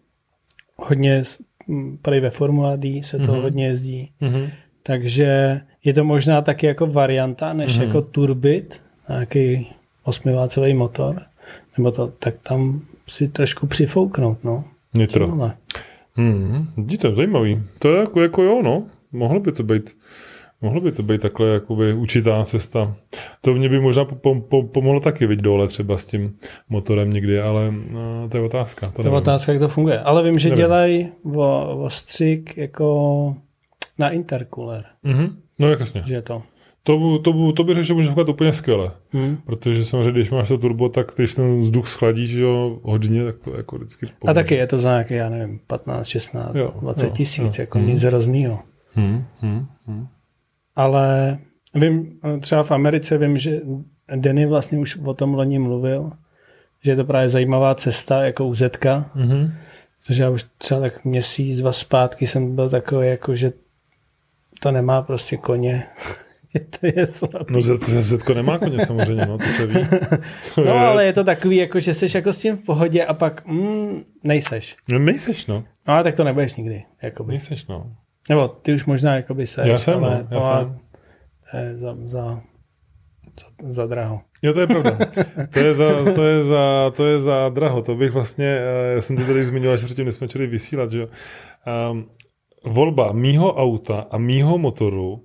hodně, tady ve Formula D se to hodně jezdí. Takže je to možná taky jako varianta, než jako turbit, nějaký 8válcový motor, nebo to, tak tam si trošku přifouknout, no. Nitro. To je zajímavý. To je jako jo, no. Mohlo by to být takhle jakoby určitá cesta. To mě by možná pomohlo taky vidět dole třeba s tím motorem někdy, ale to je otázka. To je otázka, jak to funguje. Ale vím, že dělají ostřík jako na intercooler. No jasně. Že to. To by řešil může fungovat úplně skvěle. Protože samozřejmě, když máš to turbo, tak když ten vzduch schladíš jo, hodně, tak to jako vždycky pomůže. A taky je to za nějaké, já nevím, 15, 16, 20 tisíc, jako nic hroznýho. Ale vím, třeba v Americe vím, že Danny vlastně už o tom loni mluvil, že je to právě zajímavá cesta, jako UZka. Protože já už třeba tak měsíc, 2 zpátky jsem byl takový, jako že to nemá prostě koně. To je slabý. No Zetko nemá koně samozřejmě, no, to se ví. No, ale je to takový, jako, že jsi jako s tím v pohodě a pak nejseš. No nejseš, no. No, ale tak to nebudeš nikdy. Jakoby. Nejseš, no. Nebo ty už možná jakoby seš, já jsem. To je za draho. Jo, to je pravda. To je za draho. To bych vlastně, já jsem to tady zmiňoval, že předtím jsme chtěli vysílat, že jo. Volba mýho auta a mýho motoru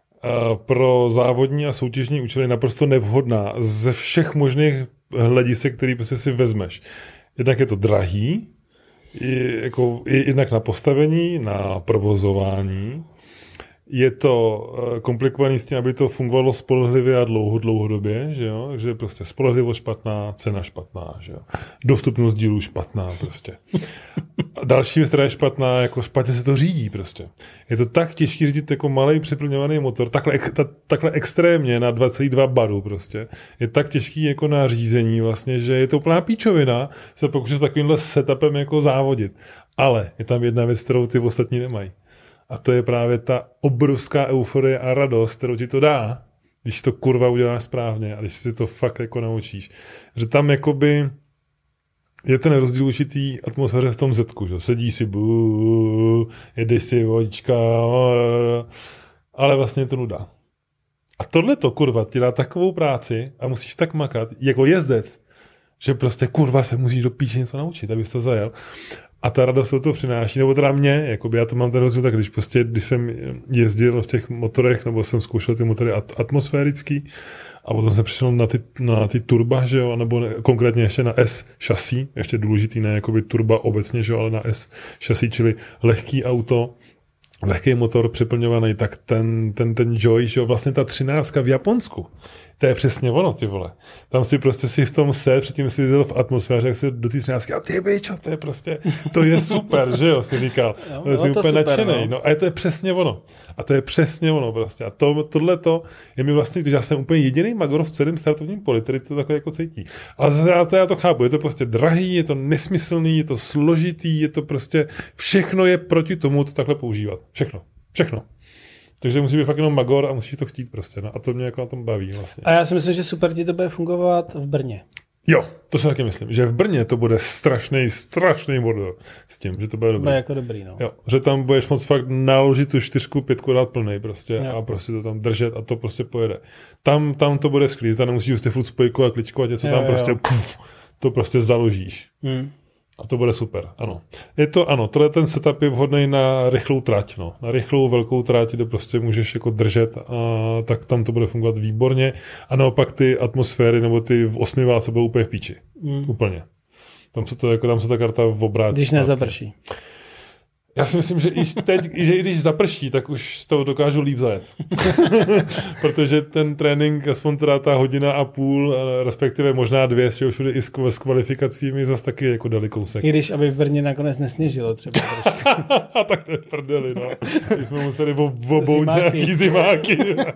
pro závodní a soutěžní účely je naprosto nevhodná ze všech možných hledisek, který prostě si vezmeš. Jednak je to drahý, jednak na postavení, na provozování. Je to komplikovaný s tím, aby to fungovalo spolehlivě a dlouhodobě, že jo? Takže prostě spolehlivost špatná, cena špatná, že jo? Dostupnost dílů špatná prostě. A další věc, která je špatná, jako špatně se to řídí prostě. Je to tak těžký řídit jako malej přeplňovaný motor, takhle extrémně na 2,2 baru prostě. Je tak těžký jako na řízení vlastně, že je to úplná píčovina se pokusit s takovýmhle setupem jako závodit. Ale je tam jedna věc, kterou ty ostatní nemají. A to je právě ta obrovská euforie a radost, kterou ti to dá, když to kurva uděláš správně a když si to fakt jako naučíš. Že tam jakoby je ten rozdíl určitý atmosféře v tom Zetku, že sedí si, jedeš si vodička, ale vlastně je to nuda. A tohleto kurva ti dá takovou práci a musíš tak makat jako jezdec, že prostě kurva se musíš do píče něco naučit, abys to zajel. A ta radost to přináší, nebo teda mě, jakoby já to mám ten rozdíl tak, když jsem jezdil v těch motorech, nebo jsem zkoušel ty motory atmosférický, a potom jsem přišel na ty turba, že jo, nebo konkrétně ještě na S šasí, ještě důležitý, ne jakoby turba obecně, že jo, ale na S šasí, čili lehký auto, lehký motor přeplňovaný, tak ten Joy, že jo, vlastně ta 13 v Japonsku, to je přesně ono, ty vole. Tam si prostě si v tom předtím si jezdil v atmosféře, jak si do té 13 a ty bičo, to je prostě, to je super, že jo, si říkal. Jo, jsi úplně nadšenej, no. A to je přesně ono. A to je přesně ono prostě. A tohleto je mi vlastně, když já jsem úplně jediný magor v celém startovním poli, který to takhle jako cítí. Ale zase já to chápu, je to prostě drahý, je to nesmyslný, je to složitý, je to prostě, všechno je proti tomu to takhle používat. Všechno. Takže musí být fakt jenom magor a musíš to chtít prostě. No. A to mě jako na tom baví vlastně. A já si myslím, že super ti to bude fungovat v Brně. Jo, to si taky myslím, že v Brně to bude strašný model s tím, že to bude dobrý. Bude jako dobrý, no. Jo, že tam budeš moc fakt naložit tu 4, 5 dát plnej prostě a prostě to tam držet a to prostě pojede. Tam to bude skvělý, tam nemusíš prostě furt spojkovat, kličkovat, něco tam prostě to prostě založíš. A to bude super, ano. Tohle ten setup je vhodný na rychlou trať, no. Na rychlou velkou trať, kde prostě můžeš jako držet a tak tam to bude fungovat výborně. A naopak ty atmosféry nebo ty v 8 válce budou úplně v píči. Úplně. Tam se ta karta obrátí. Když nezaprší. Já si myslím, že i když zaprší, tak už to dokážu líp zajet. Protože ten trénink, aspoň teda ta 1,5 hodiny, respektive možná 2, že všude i s kvalifikacími zase taky jako dali kousek. I když, aby v Brně nakonec nesněžilo třeba trošku. Tak to je prdeli, no. Když jsme museli obout nějaký zimáky.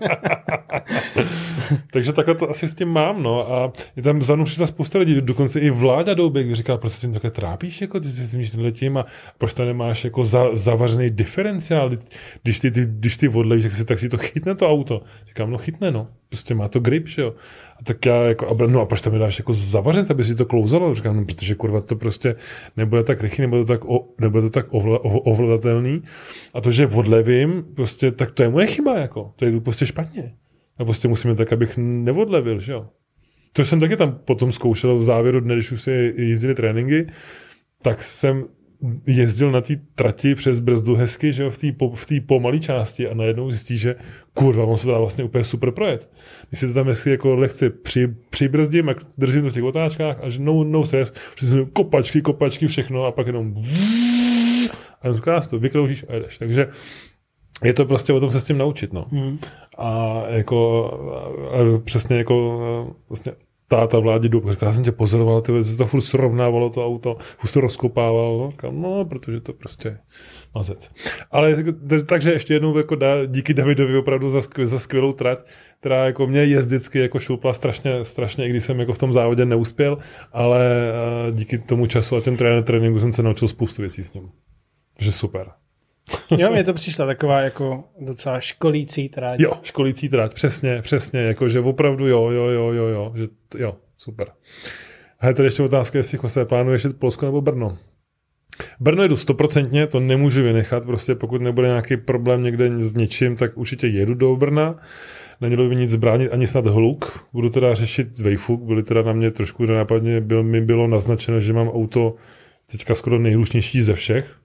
Takže takhle to asi s tím mám, no. A je tam za mnou přišla spousta lidí, dokonce i Vláďa Doubek říká, proč se s tím takhle trápíš, jako ty si myslíš, že letím a proč to nemáš jako jako zavařený diferenciál. Když ty odlevíš, tak si to chytne to auto. Říkám, no chytne, no. Prostě má to grip, že jo. A tak já jako, no a proč tam mi dáš jako zavařenec, aby si to klouzalo? Říkám, no, protože kurva to prostě nebude tak rychlý, nebude to tak ovladatelný. A to, že odlevím, prostě, tak to je moje chyba, jako. To je prostě špatně. A prostě musíme tak, abych neodlevil, že jo. To jsem taky tam potom zkoušel v závěru dne, když už si jezdili tréninky, tak jsem jezdil na té trati přes brzdu hezky, že jo, v té pomalé části a najednou zjistí, že kurva, on se dá vlastně úplně super projet. Když si to tam hezky jako lehce přibrzdím, jak držím to v těch otáčkách a že no stress, kopačky, všechno a pak jenom a jenom to vykroužíš a jedeš. Takže je to prostě o tom se s tím naučit, no. A jako a přesně jako vlastně táta vládě dobu. Říkal, já jsem tě pozoroval, ty se to furt srovnávalo to auto, furt to rozkopávalo. Říkal, no, protože to prostě mazec. Ale takže ještě jednou jako díky Davidovi opravdu za skvělou trať, která jako mě jezdicky jako šoupla strašně, i když jsem jako v tom závodě neuspěl, ale díky tomu času a těm tréninku jsem se naučil spoustu věcí s ním. Takže super. Jo, mně to přišla taková jako docela školící trať. Jo, školící trať, přesně, jakože opravdu jo, že jo, super. A tady ještě otázka, jestli Jose plánuješ jít Polsko nebo Brno. Brno jedu 100%, to nemůžu vynechat, prostě pokud nebude nějaký problém někde s něčím, tak určitě jedu do Brna. Nemělo by nic bránit, ani snad hluk. Budu teda řešit Wayfuk, byli teda na mě trošku nenápadně, mi bylo naznačeno, že mám auto teďka skoro nejhlučnější ze všech.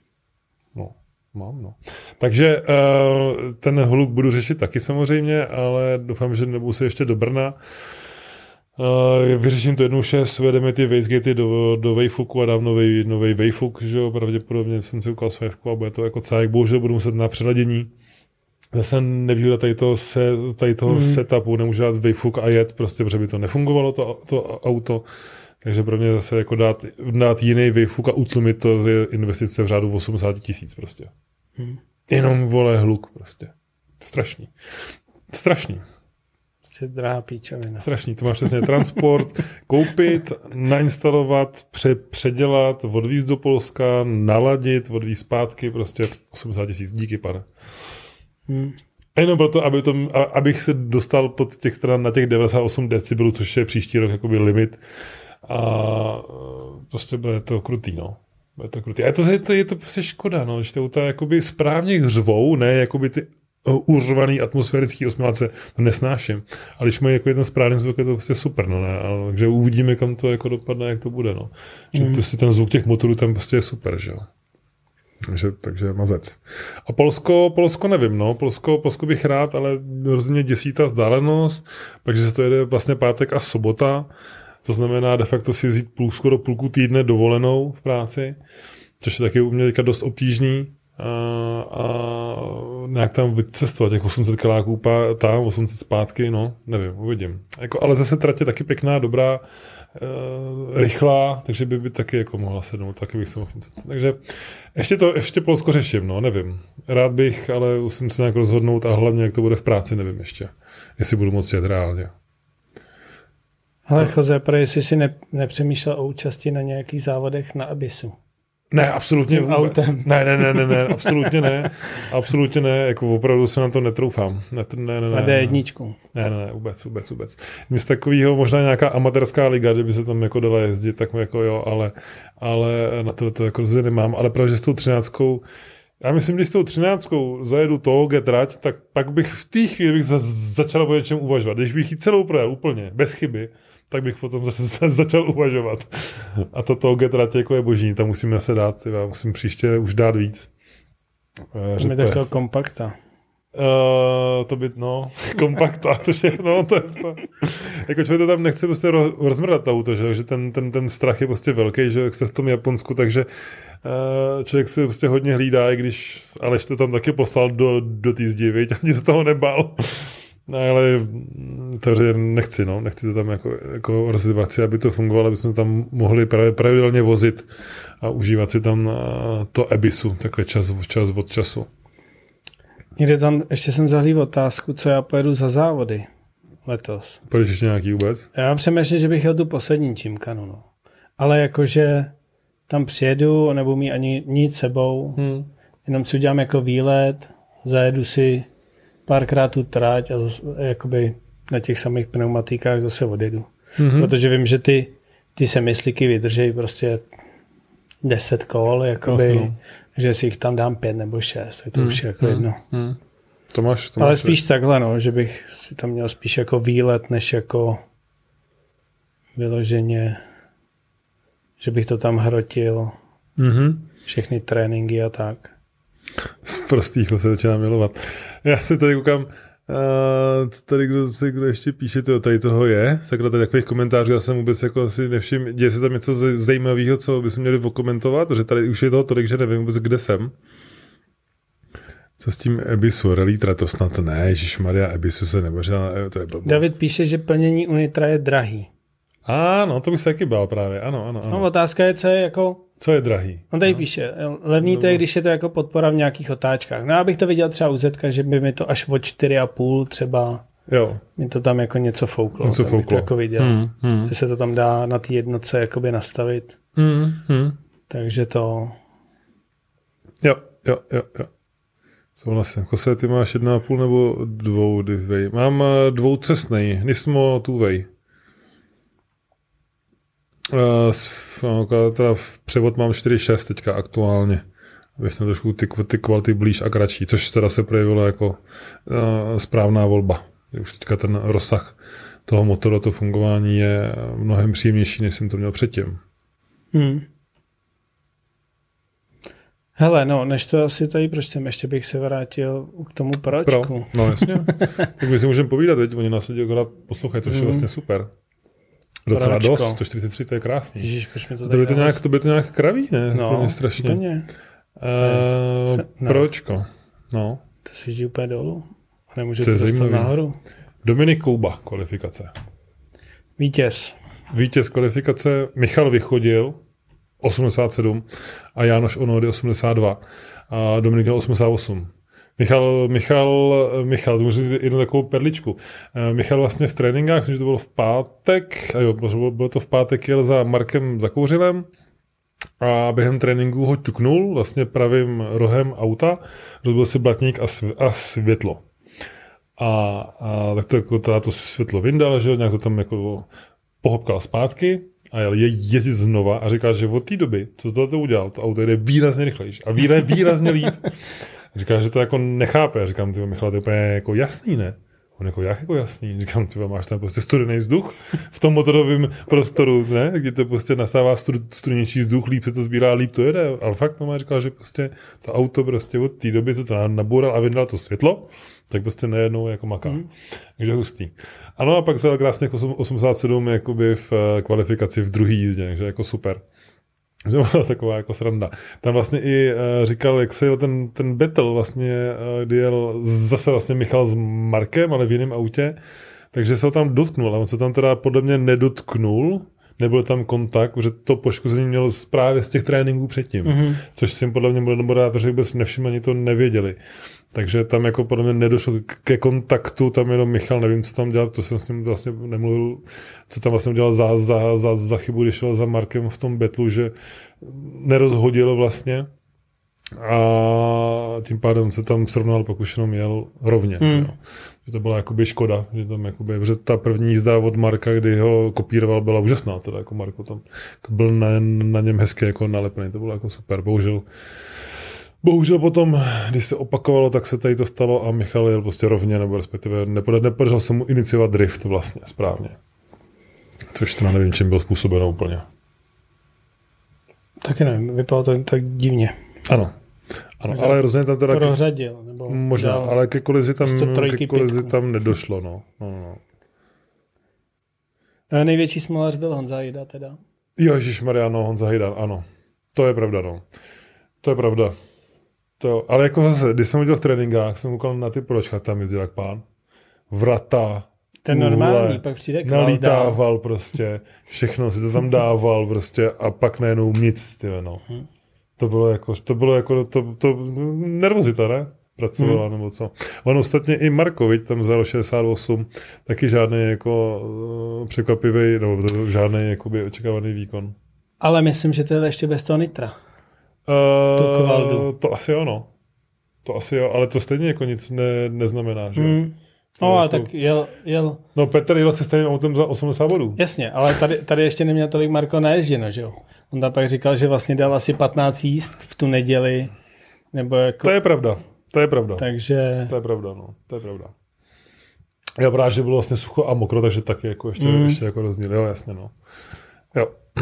Mám. Takže ten hluk budu řešit taky samozřejmě, ale doufám, že nebudu se ještě do Brna. Vyřeším to 1.6, vedeme ty wastegatey do Wayfuku a dám nový Wayfuk, že jo, pravděpodobně jsem si ukázal Wayfuku a bude to jako cajk. Bohužel budu muset na přeladění. Zase nevýhoda tady toho setupu, nemůžu dát Wayfuk a jet, prostě, protože by to nefungovalo, to auto. Takže pro mě zase jako dát jiný Wayfuk a utlumit to je investice v řádu 80 000 prostě. Jenom vole hluk prostě. Strašný. Prostě drahá píčovina. Strašný. To má přesně transport, koupit, nainstalovat, předělat, odvízt do Polska, naladit, odvízt zpátky, prostě 80 000. Díky, pane. Jenom proto, abych se dostal na těch 98 decibelů, což je příští rok jakoby limit. A prostě bude to krutý, no. Bude to krutý. A je to prostě škoda, no, že ty auta jakoby správně hřvou, ne jakoby ty uřvaný atmosférický osmiláce, to nesnáším. Ale když mají jako jeden správný zvuk, je to prostě super, no, ne? Takže uvidíme, kam to jako dopadne, jak to bude, no. Že prostě ten zvuk těch motorů tam prostě je super, že jo. Takže mazec. A Polsko nevím, no. Polsko bych rád, ale hrozně děsí ta vzdálenost, takže se to jede vlastně pátek a sobota. To znamená de facto si vzít skoro půlku týdne dovolenou v práci, což je taky u mě teďka dost obtížný a nějak tam vycestovat, těch 800 kiláků tam, 800 zpátky, no, nevím, uvidím. Jako, ale zase trať je taky pěkná, dobrá, rychlá, takže by taky jako mohla sednout, taky bych se mohl něco. Takže ještě Polsko řeším, no, nevím. Rád bych, ale musím se nějak rozhodnout a hlavně, jak to bude v práci, nevím ještě, jestli budu moct jet reálně. Ale Jose, jestli si nepřemýšlel o účasti na nějakých závodech na Abyssu. Ne, absolutně vůbec. Ne, absolutně ne, jako opravdu se na to netroufám. Ne. A D1. Ne, vůbec. Nic takového, možná nějaká amatérská liga, kdyby se tam jako dala jezdit, tak jako jo, ale na to jako rozhodně nemám, ale právě, že s tou 13, já myslím, když s tou 13 zajedu toho trať, tak pak bych v té chvíli začal o něčem uvažovat. Když bych ji celou projel úplně, bez chyby, tak bych potom zase začal uvažovat. A to trať jako je boží, tam musíme se dát, já musím příště už dát víc. Mi to chtěl kompakta. To by, kompakta, to je to. Jako člověk to tam nechce prostě rozmrdat auto, že ten strach je prostě velký, že jak se v tom Japonsku, takže člověk se prostě hodně hlídá, i když Aleš to tam taky poslal do té zdi, viď, ani se toho nebál. No, ale takže nechci to tam jako rezervaci, aby to fungovalo, aby jsme tam mohli pravidelně vozit a užívat si tam to Abyssu, takhle čas od času. Někde tam, ještě jsem zahlíval otázku, co já pojedu za závody letos. Pojedeš ještě nějaký vůbec? Já přemýšlím, že bych jel tu poslední čímkanu, no. Ale jakože tam přijedu a nebudu mít ani nic sebou, jenom si udělám jako výlet, zajedu si párkrát tu trať a zase, jakoby na těch samých pneumatikách zase odjedu. Protože vím, že ty semysliky vydrží prostě 10 kol, jakoby, že si jich tam dám 5 nebo 6, tak to už je jako jedno. To máš, ale spíš takhle, no, že bych si tam měl spíš jako výlet, než jako vyloženě, že bych to tam hrotil, všechny tréninky a tak. Z prostýchlo se začíná milovat. Já si tady koukám, co tady kdo ještě píše, tady toho je. Sakra, tady takových komentářů, já jsem vůbec jako si nevšiml, děje se tam něco zajímavého, co bychom měli okomentovat, že tady už je toho tolik, že nevím vůbec, kde jsem. Co s tím Ebisu? Relitra to snad ne, ježišmarja, Ebisu se nebože, to je blbost. David píše, že plnění Unitra je drahý. No, to bych se taky bál právě, ano. No, otázka je, co je jako... Co je drahý? On tady píše, levný to je, když je to jako podpora v nějakých otáčkách. No, já bych to viděl třeba u Zetka, že by mi to až o 4,5 třeba, mi to tam jako něco fouklo. Bych to jako viděl. Že se to tam dá na té jednotce jakoby nastavit. Takže to... Jo. Souhlasím. Jose, ty máš 1,5 nebo 2 divej? Mám 2cestnej, Nismo Tuvej. Teda v převod mám 4,6 teďka aktuálně. Abych měl trošku ty kvality blíž a kratší, což teda se projevilo jako správná volba. Už teďka ten rozsah toho motoru, to fungování je mnohem příjemnější, než jsem to měl předtím. Hele, no, než to asi tady pročtem, ještě bych se vrátil k tomu pročku. No jasně. Tak my si můžeme povídat, teď oni nás akorát poslouchají, což je vlastně super. Docela dost, 143, to je krásný. Ježiš, proč mi to tady to by to nějak kraví, ne? No, strašně. Úplně. Pročko. No. To se jíždí úplně dolů. A nemůže to dostat nahoru. Dominik Kouba, kvalifikace. Vítěz kvalifikace. Michal Vychodil, 87 a Jánoš Onody 82 a Dominik měl 88. Michal, to můžu říct jednu takovou perličku. Michal vlastně v tréninkách, myslím, že to bylo v pátek, bylo to v pátek, jel za Markem Zakouřilem a během tréninku ho ťuknul vlastně pravým rohem auta, rozbil si blatník a světlo. A tak to, jako teda to světlo vyndal, že nějak to tam jako pohopkal zpátky a jel jezdit znova a říkal, že od té doby, co to udělal, to auto jde výrazně rychlejší a výrazně líp. Říká, že to jako nechápe. Říkám, ty Michal, to je úplně jako jasný, ne? On jako, jak jako jasný? Říkám, ty máš tam prostě studený vzduch v tom motorovém prostoru, ne? Kdy to prostě nastává studenější vzduch, líp se to sbírá, líp to jede. Ale fakt má říkal, že prostě to auto prostě od té doby, co to naboural a vyndal to světlo, tak prostě najednou jako maká. Takže hustý. Ano, a pak se dal krásně 87 jakoby v kvalifikaci v druhé jízdě, takže jako super. To byla taková jako sranda. Tam vlastně i říkal, jak se jel ten battle vlastně, kdy jel zase vlastně Michal s Markem, ale v jiném autě, takže se ho tam dotknul, ale on se tam teda podle mě nedotknul, nebyl tam kontakt, protože to poškození mělo právě z těch tréninků předtím, což si podle mě moderátoři vůbec nevšimli, ani to nevěděli. Takže tam jako podle mě nedošlo ke kontaktu, tam jenom Michal, nevím, co tam dělal, to jsem s ním vlastně nemluvil, co tam vlastně udělal za chybu, když šel za Markem v tom betlu, že nerozhodil vlastně a tím pádem se tam srovnal, pak už jenom jel rovně. Že to byla jakoby škoda, že tam jakoby, že ta první jízda od Marka, kdy ho kopíroval, byla úžasná, teda jako Marko tam byl na něm hezky jako nalepený, to bylo jako super, Bohužel potom, když se opakovalo, tak se tady to stalo a Michal jel prostě rovně, nebo respektive nepodařilo se mu iniciovat drift vlastně správně. Což teda nevím, čím bylo způsobeno úplně. Taky nevím, vypadalo to tak divně. Ano, ale rozhodně tam teda... Prořadil, nebo... Možná, ale ke kolizi tam nedošlo, no. Největší smolař byl Honza Hejda teda. Jo, ježišmarja, no, Honza Hejda, ano. To je pravda, no. To je pravda. Ale jako zase, když jsem udělal v tréninkách, jsem koukal na ty pročka, tam jezdil jak pán. Vrata, ten normální, pak přijde nalítával prostě, všechno si to tam dával prostě a pak najednou nic, no. To bylo jako nervozita, ne? Pracovala nebo co. On ostatně i Markovič tam vzal 68, taky žádný jako překvapivý, nebo žádný jakoby očekávaný výkon. Ale myslím, že to je ještě bez toho nitra. To asi jo, no. To asi jo, ale to stejně jako nic neznamená, že jo? No, ale tak jel. No, Petr jel se stejným autem za 80 bodů. Jasně, ale tady ještě neměl tolik Marko naježděno, že jo? On tam pak říkal, že vlastně dal asi 15 jízd v tu neděli, nebo jako... To je pravda. Takže... To je pravda, no. To je pravda. Jo, právě, že bylo vlastně sucho a mokro, takže taky jako ještě jako rozdíl. Jo, jasně, no. Jo.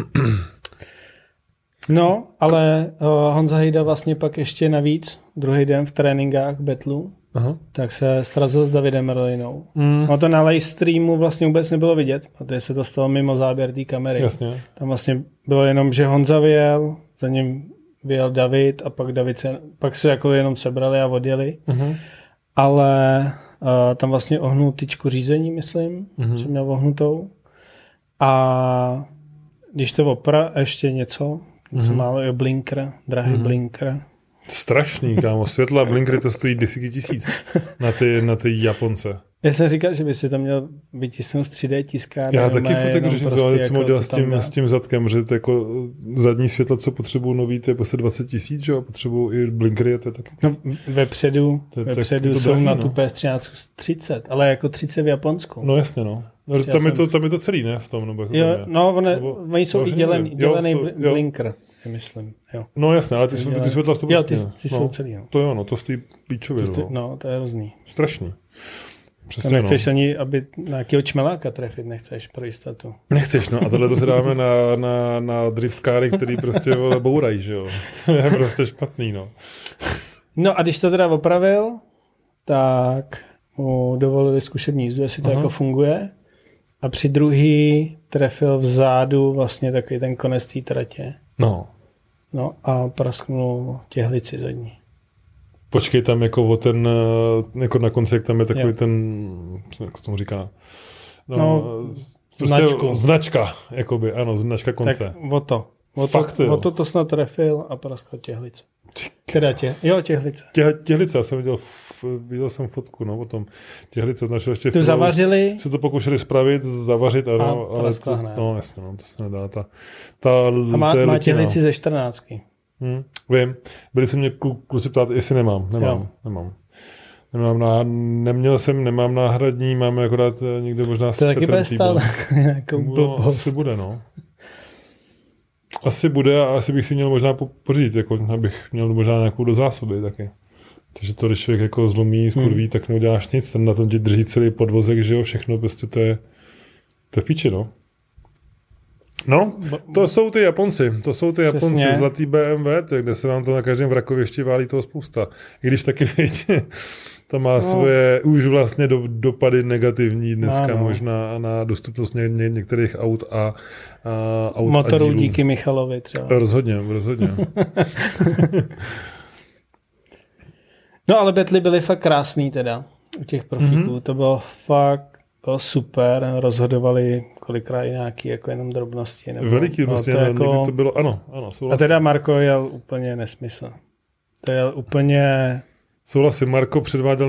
No, ale Honza Hejda vlastně pak ještě navíc, druhý den v tréninkách Betlu, tak se srazil s Davidem Merlinou. No to na live streamu vlastně vůbec nebylo vidět, protože se to stalo mimo záběr té kamery. Jasně. Tam vlastně bylo jenom, že Honza vyjel, za ním vyjel David a pak se jako jenom sebrali a odjeli. Ale tam vlastně ohnul tyčku řízení, myslím, že měl ohnutou. A když to ještě něco málo je blinker, drahý blinker. Strašný, kámo. Světla blinkry to stojí desítky tisíc na ty Japonce. Já jsem říkal, že by si tam měl vytisknout 3D tiskárny. Já taky furt jako řeším, co mám dělat s tím zadkem, že to jako zadní světla, co potřebuju nový, to je prostě 20 tisíc, že jo, potřebuju i blinkry, to je taky... No, vepředu jsou drahý, na tu PS13 30, ale jako 30 v Japonsku. No jasně, no. Tam je to celý, ne? V tom, nebo jako jo, no, oni jsou i dělený blinker, myslím. Jo. No jasně, ale ty světla z toho... Jo, ty jsou celý, jo. To jo, no, to stojí píčově, no. To je hrozný. Strašný. Přesně, nechceš ani, aby nějakého čmeláka trefit, nechceš pro jistotu. Nechceš, no. A tohle to se dáme na driftkáry, který prostě bourají, že jo. To je prostě špatný, no. No a když to teda opravil, tak mu dovolili zkušební jízdu, jestli to jako funguje. A při druhý trefil vzadu vlastně takový ten konec té tratě. No a prasknul těhlici zadní. Počkej, tam jako o ten, jako na konci, jak tam je takový ten, jak se tomu říká? Značka, jakoby, ano, značka konce. Tak o to snad trefil a praskl těhlice. Těhlice. Těhlice, já jsem viděl jsem fotku, no, o tom těhlice. Ještě tu zavařili. Se to pokoušeli spravit, zavařit, ano, ale to, jasně, no, to se nedá. A má těhlici ze 14. Vím. Byli se mě kluci ptát, jestli nemám. Nemám náhradní, máme akorát někde možná s Petrem. To taky bude stát nějakou blbost. Asi bude, no. Asi bude a asi bych si měl možná pořídit, jako, abych měl možná nějakou do zásoby taky. Takže to, když člověk jako zlomí, skurví, tak neuděláš nic. Ten na tom ti drží celý podvozek, že jo, všechno, prostě to je v píči, no. No, to jsou ty Japonci, Přesně. Zlatý BMW, kde se vám to na každém vrakovišti válí toho spousta. I když taky větě, to má svoje už vlastně dopady negativní dneska možná na dostupnost některých aut a aut motorů díky Michalovi třeba. Rozhodně. No ale betly byly fakt krásný teda u těch profíků, to bylo super, rozhodovali kolikrát i nějaký jako jenom drobnosti. Veliký, vlastně, to jako... to bylo, ano, souhlasím. A teda Marko jel úplně nesmysl. To jel úplně... Souhlasím, Marko předváděl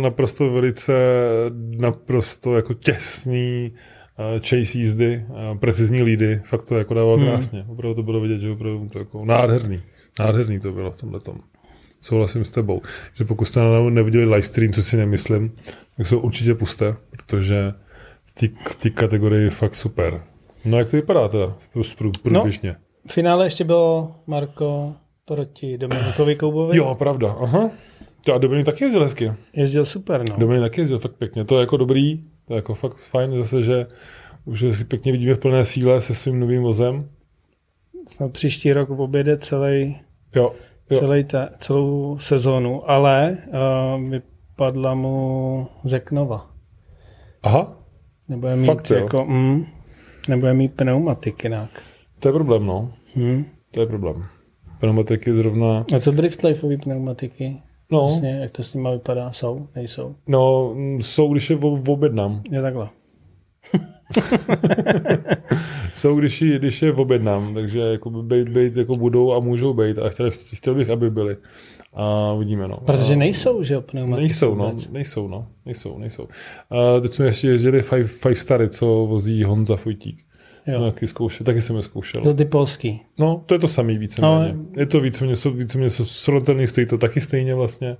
naprosto jako těsný chase jízdy, precizní lídy, fakt to jako dával krásně. Opravdu to bylo vidět, že opravdu to jako nádherný to bylo v tomhletom. Souhlasím s tebou, že pokud jste neviděli livestream, co si nemyslím, tak se určitě puste, protože v té kategorii fakt super. No jak to vypadá teda průběžně? V finále ještě bylo Marko proti Dominikovi Koubovi. Jo, pravda, aha. A Dominik taky jezdil hezky. Jezdil super, no. Dominik taky jezdil fakt pěkně. To je jako dobrý, to je jako fakt fajn zase, že už si pěkně vidíme v plné síle se svým novým vozem. Snad příští rok objede celou sezónu, ale vypadla mu Řeknova. Aha. Nebude mít nebude mít pneumatik jinak. To je problém, no. To je problém. Pneumatiky zrovna... A co Driftlife pneumatiky? No. Vlastně, jak to s nima vypadá? Jsou? Nejsou? No, jsou, když je objednám. Je takhle. Jsou, když je objednám, takže jako být jako budou a můžou být a chtěl bych, aby byli. A uvidíme, no. Protože nejsou, že pneumatiky? Nejsou. A teď jsme ještě jezdili Five Stary, co vozí Honza Fojtík. Jo. Nějaký zkoušel, taky jsem je zkoušel. To ty polský. No, to je to samý víceméně. No, je to víceméně srovnatelný, stojí to taky stejně vlastně.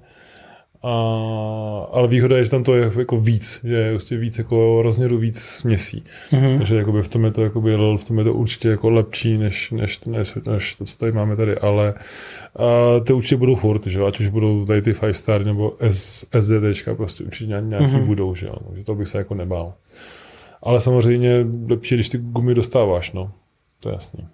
Ale výhoda je, že tam to je jako víc, že je prostě víc jako rozměru víc směsí. Takže jakoby v tom je to určitě jako lepší než to, co tady máme tady, ale ty určitě budou furt, že? Ať už budou tady ty 5 star nebo SDTčka, prostě určitě nějaký budou, že? Takže to bych se jako nebál. Ale samozřejmě lepší, když ty gumy dostáváš, no. To je jasný.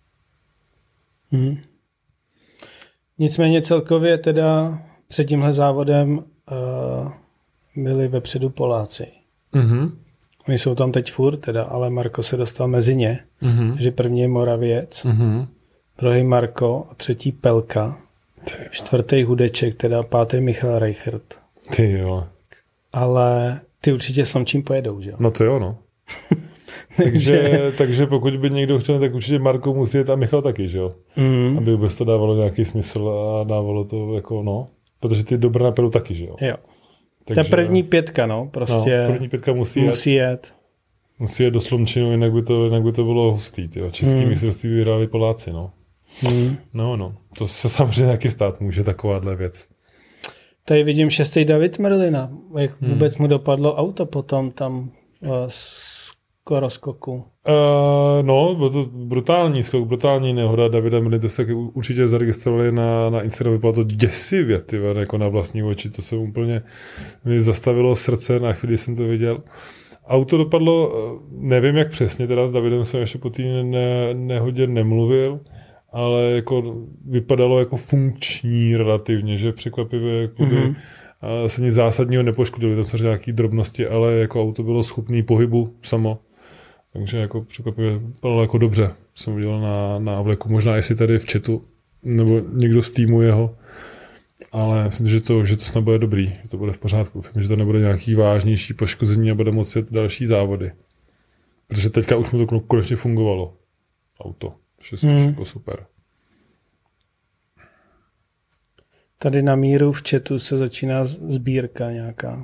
Nicméně celkově teda před tímhle závodem byli vepředu Poláci. Oni jsou tam teď furt, teda, ale Marko se dostal mezi ně. Takže první je Moravěc, druhý Marko a třetí Pelka, čtvrtý Hudeček, teda pátý Michal Reichert. Ty jo. Ale ty určitě s Samčím pojedou, že jo? No to jo, no. takže pokud by někdo chtěl, tak určitě Marko musí jet a Michal taky, že jo? Aby vůbec to dávalo nějaký smysl a dávalo to jako, no. Protože ty do Brna půjdou taky, že jo? Jo. Takže, ta první 5, no, prostě no, první 5 musí jet. Musí jet do Slomčinu, jinak by to bylo hustý, tyjo. Český mistrovství vyhráli Poláci, no. No. To se samozřejmě nějaký stát může, takováhle věc. Tady vidím 6. David Merlina. Jak vůbec mu dopadlo auto potom tam skoro skoku? No, byl to brutální skok, brutální nehoda Davida Merlina, to se určitě zaregistrovali na Instagramu, vypadalo to děsivě, jako na vlastní oči, to se úplně mi zastavilo srdce, na chvíli jsem to viděl. Auto dopadlo, nevím jak přesně, teda s Davidem jsem ještě po té nehodě nemluvil, ale jako vypadalo jako funkční relativně, že překvapivě se nic zásadního nepoškodilo, to jsou nějaké drobnosti, ale jako auto bylo schopné pohybu samo. Takže jako překvapivě vypadalo jako dobře. Jsem viděl na Avleku, možná jestli tady v chatu, nebo někdo z týmu jeho, ale myslím, že to snad bude dobrý, že to bude v pořádku. Vím, že to nebude nějaký vážnější poškození a bude moci jet další závody. Protože teďka už mu to konečně fungovalo. Auto. Všechno jako super. Tady na míru v chatu se začíná sbírka nějaká.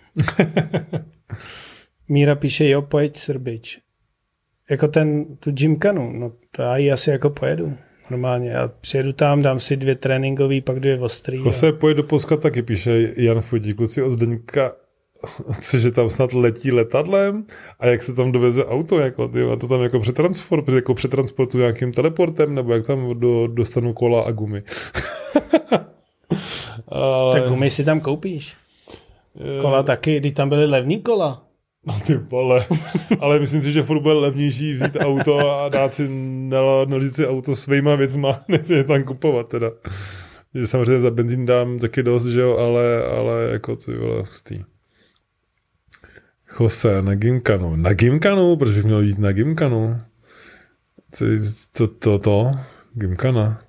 Míra píše, jo, pojď Srbič. Jako tu Gymkhanu, no to já ji asi jako pojedu. Normálně, já přijedu tam, dám si 2 tréninkový, pak 2 ostrý. Se pojede do Polska taky, píše Jan Fodí. Kluci od Zdeňka, cože tam snad letí letadlem a jak se tam doveze auto, jako, a to tam jako přetransportují nějakým teleportem, nebo jak tam dostanu kola a gumy. Tak gumy si tam koupíš. Kola taky, když tam byly levný kola. No ty vole, ale myslím si, že furt bude levnější vzít auto a dát si nalít si auto svýma věcma, než je tam kupovat teda. Že samozřejmě za benzín dám taky dost, že jo, ale jako ty vole hustý. Jose, na Gymkhanu. Na Gymkhanu? Proč bych měl jít na Gymkhanu? To? Gymkhana.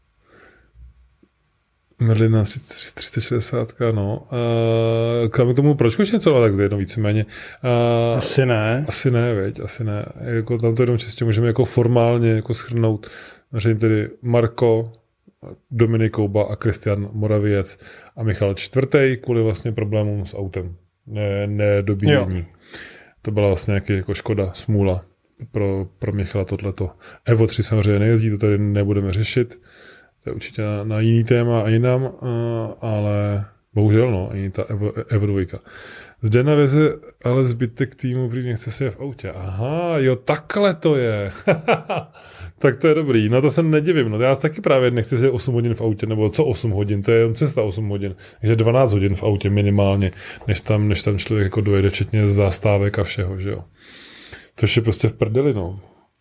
Merlina 360, no. K tomu proč něco, tak jedno víceméně. Asi ne. Asi ne, veď, asi ne. Jako, tam to jenom čistě můžeme jako formálně jako shrnout. Řekněme tedy Marko, Dominik Kouba a Kristian Moravěc a Michal čtvrtý kvůli vlastně problémům s autem. Nedobíjení. To byla vlastně nějaký jako škoda, smůla pro Michala tohleto. Evo 3 samozřejmě nejezdí, to tady nebudeme řešit. To je určitě na jiný téma a jinam, ale bohužel no, ani ta Evo 2. Zde naveze, ale zbytek týmu prý nechce se je v autě. Aha, jo, takhle to je. Tak to je dobrý. No to se nedivím. No já taky právě nechci se 8 hodin v autě, nebo co 8 hodin, to je jen cesta 8 hodin. Takže 12 hodin v autě minimálně, než tam člověk jako dojede, včetně zastávek a všeho, že jo. Což je prostě v prdeli, no.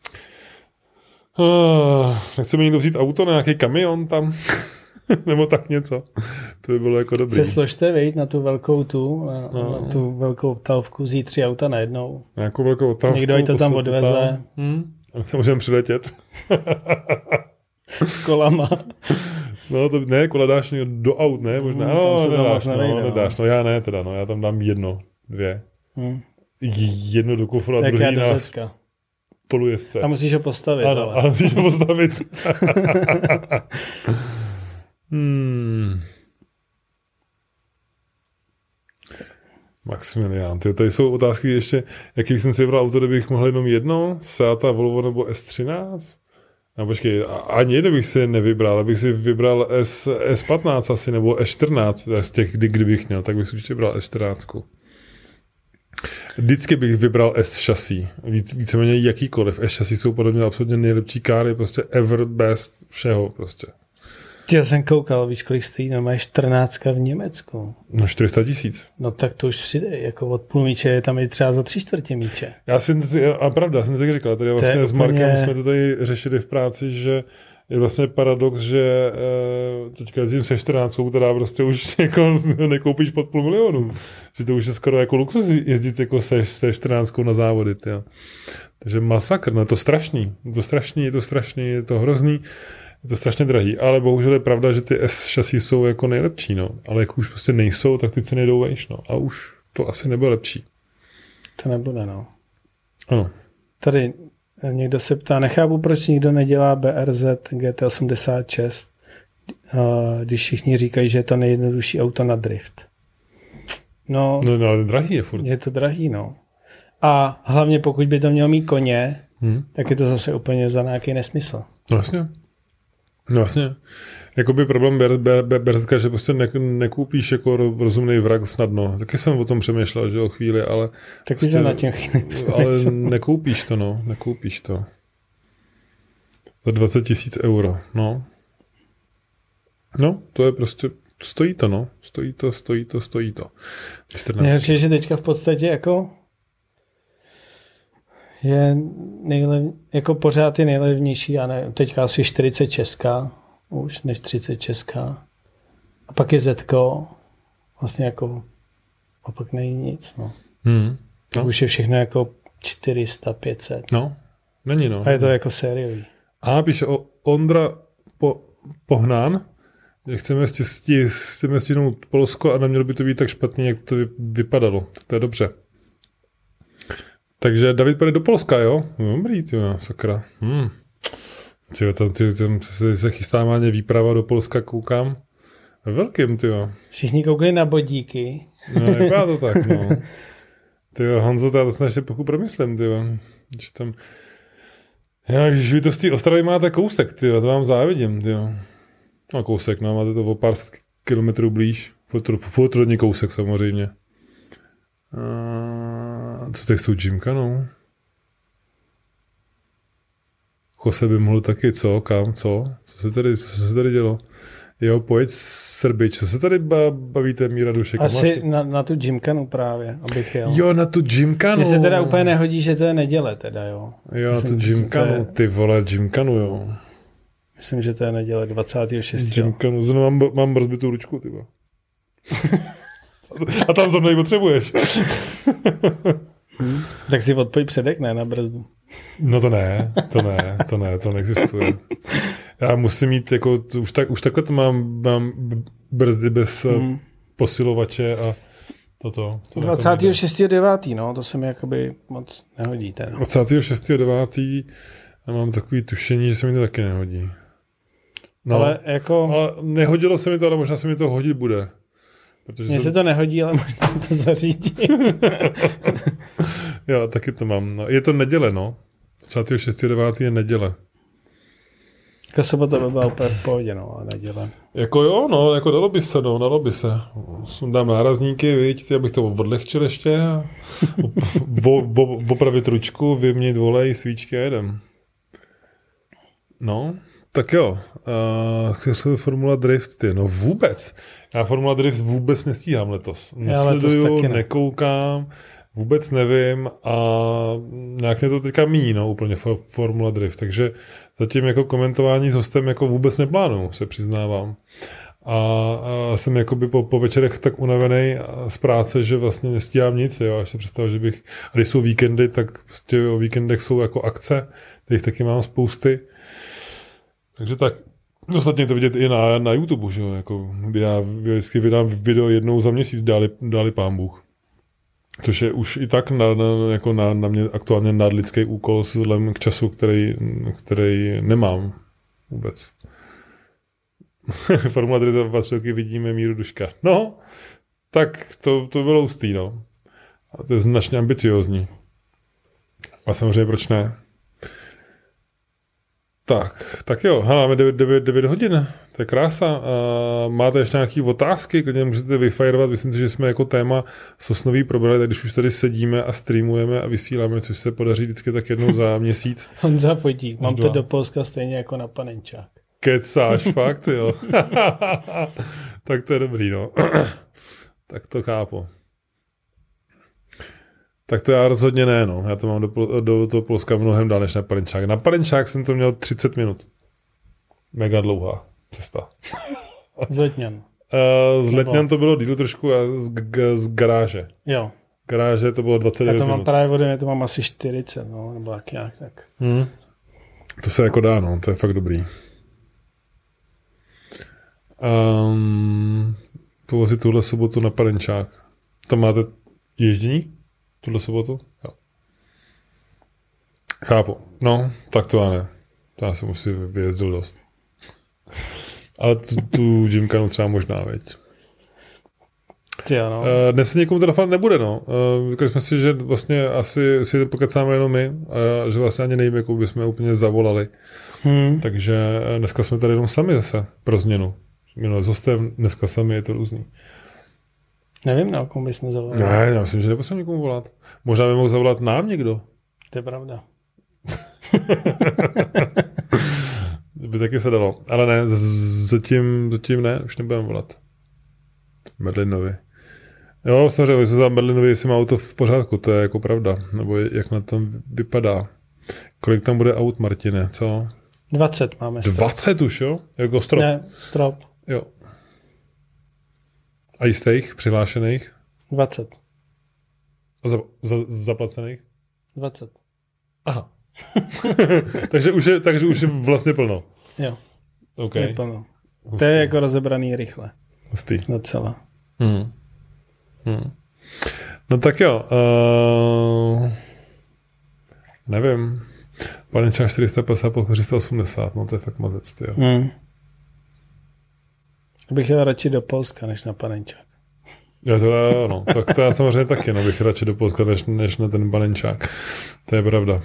Nechceme někdo vzít auto na nějaký kamion tam? Nebo tak něco. To by bylo jako dobrý. Se složte vejít na tu velkou na tu velkou obtahovku, vzít 3 auta najednou. Nějakou velkou obtahovku. Někdo jí to tam odveze. A my tam můžeme přiletět. S kolama. No to ne, kola dáš do aut, ne? Možná. No, nedáš. No já ne teda, no já tam dám 1, 2. Jedno do kufru a tak druhý nás spolujezdce. A musíš ho postavit. Ano, ale musíš ho postavit. Maximilián. Tady jsou otázky ještě, jaký jsem si vybral auto, kdybych mohl jenom jedno? Seata, Volvo nebo S13? No počkej, ani jedno bych si nevybral, abych si vybral S15 asi, nebo S14 z těch, kdybych měl, tak bych si určitě bral S14. Vždycky bych vybral S šasí, víceméně jakýkoliv. S šasí jsou podle mě absolutně nejlepší káry, prostě ever best všeho prostě. Já jsem koukal, víš, kolik stojí, no máš 14 v Německu. No 400 000. No tak to už přijde, jako od půl míče je tam i třeba za 3/4 míče. Pravda, já jsem si říkal, tady vlastně s Markem jsme to tady řešili v práci, že je vlastně paradox, že teďka jezdím se 14, která prostě už jako nekoupíš pod 500 000. Že to už je skoro jako luxus jezdit jako se 14 na závody. Tjo. Takže masakr, no je to strašný, je to hrozný. Je to strašně drahý, ale bohužel je pravda, že ty S šasí jsou jako nejlepší, no. Ale jak už prostě nejsou, tak ty ceny jdou vejš, no. A už to asi nebude lepší. To nebude, no. Ano. Tady někdo se ptá, nechápu, proč nikdo nedělá BRZ GT86, když všichni říkají, že je to nejjednodušší auto na drift. No, ale drahý je furt. Je to drahý, no. A hlavně pokud by to mělo mít koně, tak je to zase úplně za nějaký nesmysl. No jasně. Jakoby problém Berzka, že prostě nekoupíš jako rozumný vrak snadno. Taky jsem o tom přemýšlel, že o chvíli, ale... Taky prostě, jsem na těm chvíli přemýšlel. Ale nekkoupíš to. Za 20 000 €, no. No, to je prostě... Stojí to, no. Stojí to. Nejhorší, že teďka v podstatě jako... je jako pořád je nejlevnější, já nevím, teďka asi 40 česká, už než 30 česká. A pak je Zetko, vlastně jako, a pak není nic, no. No. Už je všechno jako 400, 500. No, není, no. A je to jako sériový. A píše Ondra Pohnán, že chceme stihnout Polsko a nemělo by to být tak špatně, jak to vypadalo. Tak to je dobře. Takže David půjde do Polska, jo? Dobrý, tyjo, sakra. Tam se chystá máně výprava do Polska, koukám. Velkým, tyjo. Všichni koukali na bodíky. No, vypadá to tak, no. Tyjo, Honzo, to já to snad ještě pokud promyslím, tyjo. Když tam... Když vy to z té Ostravy máte kousek, tyjo, to vám závidím, tyjo. No kousek, no, máte to o pár set kilometrů blíž. Furt rodní kousek, samozřejmě. Co tady s tou Gymkanou? Jose by mohl taky, co? Kam? Co? Co se tady dělo? Jo, pojď Srbič. Co se tady bavíte, Míra Dušek? Asi na tu Gymkanu právě, abych jel. Jo, na tu Gymkanu. Mně se teda úplně nehodí, že to je neděle teda, jo. Jo, na tu Gymkanu, ty vole, Gymkanu, jo. Myslím, že to je neděle 26. Gymkanu, znovu mám rozbitou ručku, ty vole. A tam zrovna ji potřebuješ. Tak si odpoj předek, ne na brzdu. No to neexistuje. Já musím mít, jako, už takhle to mám brzdy bez posilovače a toto. 26.9. no, to se mi jakoby moc nehodí. 26.9. mám takový tušení, že se mi to taky nehodí. No, ale nehodilo se mi to, ale možná se mi to hodit bude. Mně se to nehodí, ale možná to zařídí. Jo, taky to mám. No, je to neděle, no. 26.9. je neděle. Jako sobota by byla úplně v pohodě, no, a neděle. Jako jo, no, jako dalo by se. Sundám nárazníky, viď, abych to odlehčil ještě. Opravit ručku, vyměnit volej, svíčky a jedem. No, tak jo. Formula Drift, no vůbec. Já Formula Drift vůbec nestíhám letos. Nesleduju, nekoukám, vůbec nevím a nějak mě to teďka míní, no, úplně Formula Drift. Takže zatím jako komentování s hostem jako vůbec neplánuju, se přiznávám. A jsem jakoby po večerech tak unavený z práce, že vlastně nestíhám nic. Jo. Až se představ, že bych... A když jsou víkendy, tak prostě o víkendech jsou jako akce, kterých taky mám spousty. Takže tak, ostatně to vidět i na YouTube, že jo, jako, kdy já vždycky vydám video jednou za měsíc, dali pán Bůh. Což je už i tak na mě aktuálně nadlidský úkol vzhledem k času, který nemám vůbec. Formula 3 za 2 roky vidíme Míru Duška. No, tak to bylo hustý, no. A to je značně ambiciozní. A samozřejmě proč ne? Tak jo, máme 9 hodin, to je krása. Máte ještě nějaké otázky, klidně můžete vyfajrovat, myslím si, že jsme jako téma sosnový probrali, tak když už tady sedíme a streamujeme a vysíláme, což se podaří vždycky tak jednou za měsíc. Honza fotí, mám to do Polska stejně jako na panenčák. Kecáš, fakt, jo. Tak to je dobrý, no. Tak to chápu. Tak to já rozhodně ne, no. Já to mám do toho Polska mnohem dál než na panenčák. Na panenčák jsem to měl 30 minut. Mega dlouhá cesta. Z Letňan. Z Letňan to bylo díl trošku a z garáže. Jo. Garáže to bylo 29 minut. Já to mám právě ode to mám asi 40, no, nebo jak nějak tak. To se jako dá, no, to je fakt dobrý. Povozit tuhle sobotu na panenčák. Tam máte ježdění? Tuhle sobotu? Jo. Chápu. No, tak to já ne. To já jsem už si vyjezdil dost. Ale tu gymkanu třeba možná, veď. No. Dnes se někomu teda fakt nebude, no. Říkali jsme si, že vlastně asi si pokecáme jenom my, a že vlastně ani nevím, jakou bychom úplně zavolali. Takže dneska jsme tady jenom sami zase, pro změnu. Minule s hostem, dneska sami je to různý. Nevím, na komu bychom zavolali. Ne, já myslím, že nepotřebujeme někomu volat. Možná by mohl zavolat nám někdo. To je pravda. By taky se dalo. Ale ne, zatím ne, už nebudeme volat. Merlinovi. Jo, samozřejmě, za Merlinovi, jestli má auto v pořádku, to je jako pravda. Nebo jak na tom vypadá. Kolik tam bude aut, Martine, co? 20 máme strop. 20 už, jo? Jako strop? Ne, strop. Jo. A jistých přihlášených? 20. A zaplacených? 20. Aha. takže už je vlastně plno. Jo. Okay. Je plno. Hustý. To je jako rozebraný rychle. Hustý. Docela. No tak jo. Nevím. Panenčák 450, 480. No to je fakt mazec, tyjo. Bych jel radši do Polska, než na panenčák. Já to, no, tak to já samozřejmě taky, no, bych radši do Polska, než na ten panenčák. To je pravda.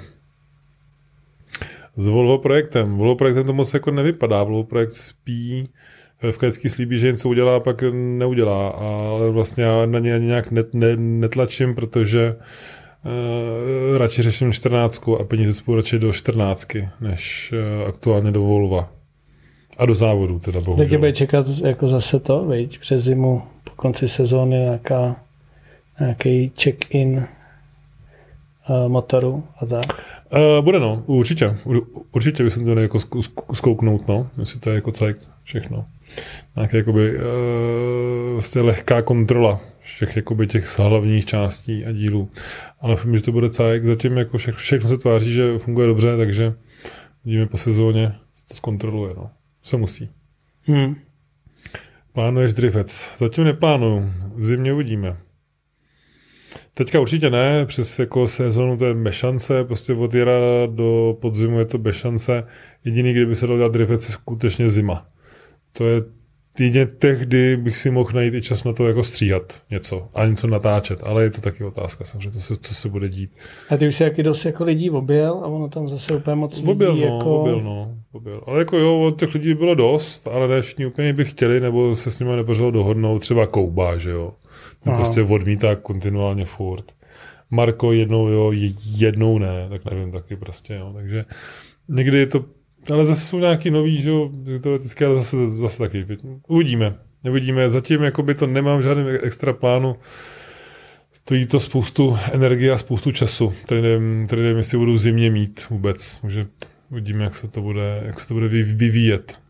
S Volvo projektem. Volvo projektem to moc jako nevypadá. Volvo projekt spí, vždycky slíbí, že něco udělá, pak neudělá. Ale vlastně já na ně ani nějak netlačím, protože radši řeším 14 a peníze spůjdu radši do 14, než aktuálně do Volva. A do závodu teda, bohužel. Tak tě bude čekat jako zase to, viď? Přes zimu, po konci sezóny nějaký check-in motoru a tak. Bude, no, určitě. Určitě bych se to jako zkouknout, no. Jestli to je jako cajk všechno. Nějaká jakoby vlastně lehká kontrola všech jakoby těch hlavních částí a dílů. Ale vím, že to bude cajk. Zatím jako všechno se tváří, že funguje dobře, takže vidíme po sezóně, to zkontroluje, no. Se musí. Plánuješ drifec? Zatím neplánuju. V zimě uvidíme. Teďka určitě ne, přes jako sezónu to je bez šance, prostě od jara do podzimu je to bez šance. Jediný, kdyby se dal dělat drifec, je skutečně zima. To je jedině tehdy bych si mohl najít i čas na to jako stříhat něco a něco natáčet, ale je to taky otázka samozřejmě, co se bude dít. A ty už si jaký dost jako lidí objel a ono tam zase úplně moc lidí Objel. Ale jako jo, od těch lidí bylo dost, ale ne všichni úplně by chtěli, nebo se s nimi nepořádalo dohodnout, třeba Kouba, že jo. Ten prostě odmítá kontinuálně furt. Marko jednou jo, jednou ne, tak nevím, taky prostě, jo. Takže někdy je to, ale zase jsou nějaký nový, že jo, teoreticky, ale zase taky. Uvidíme. Zatím jakoby to nemám žádný extra plánu. Stojí to spoustu energie a spoustu času. Tady nevím, jestli budu zimně mít vůbec. Takže uvidíme, jak se to bude vyvíjet.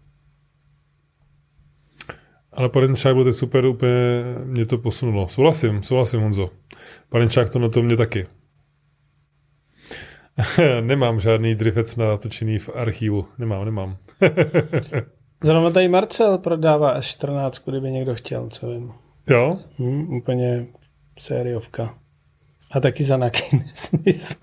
Ale panenčák byl teď super, úplně mě to posunulo. Souhlasím, Honzo. Panenčák to na to mě taky. Nemám žádný drifec natočený v archivu. Nemám. Zrovna tady Marcel prodává S14, kdyby někdo chtěl, co vím. Jo? Úplně sériovka. A taky za nějaký nesmysl.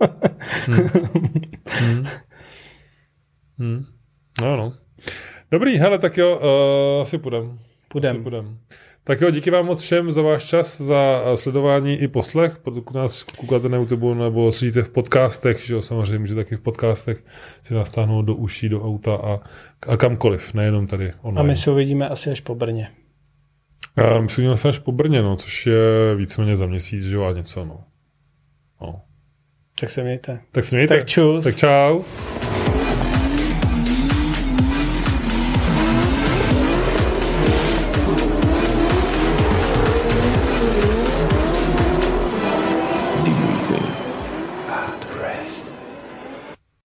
No. Dobrý, hele, tak jo, asi půjdem. Tak jo, díky vám moc všem za váš čas, za sledování i poslech, pokud nás koukáte na YouTube nebo slyšíte v podcastech, že jo, samozřejmě můžete taky v podcastech si nastáhnout do uší, do auta a kamkoliv, nejenom tady online. A my se uvidíme asi až po Brně. My se uvidíme asi až po Brně, no, což je víceméně za měsíc, že jo, a něco, no. Tak se mějte. Tak čus. Tak čau.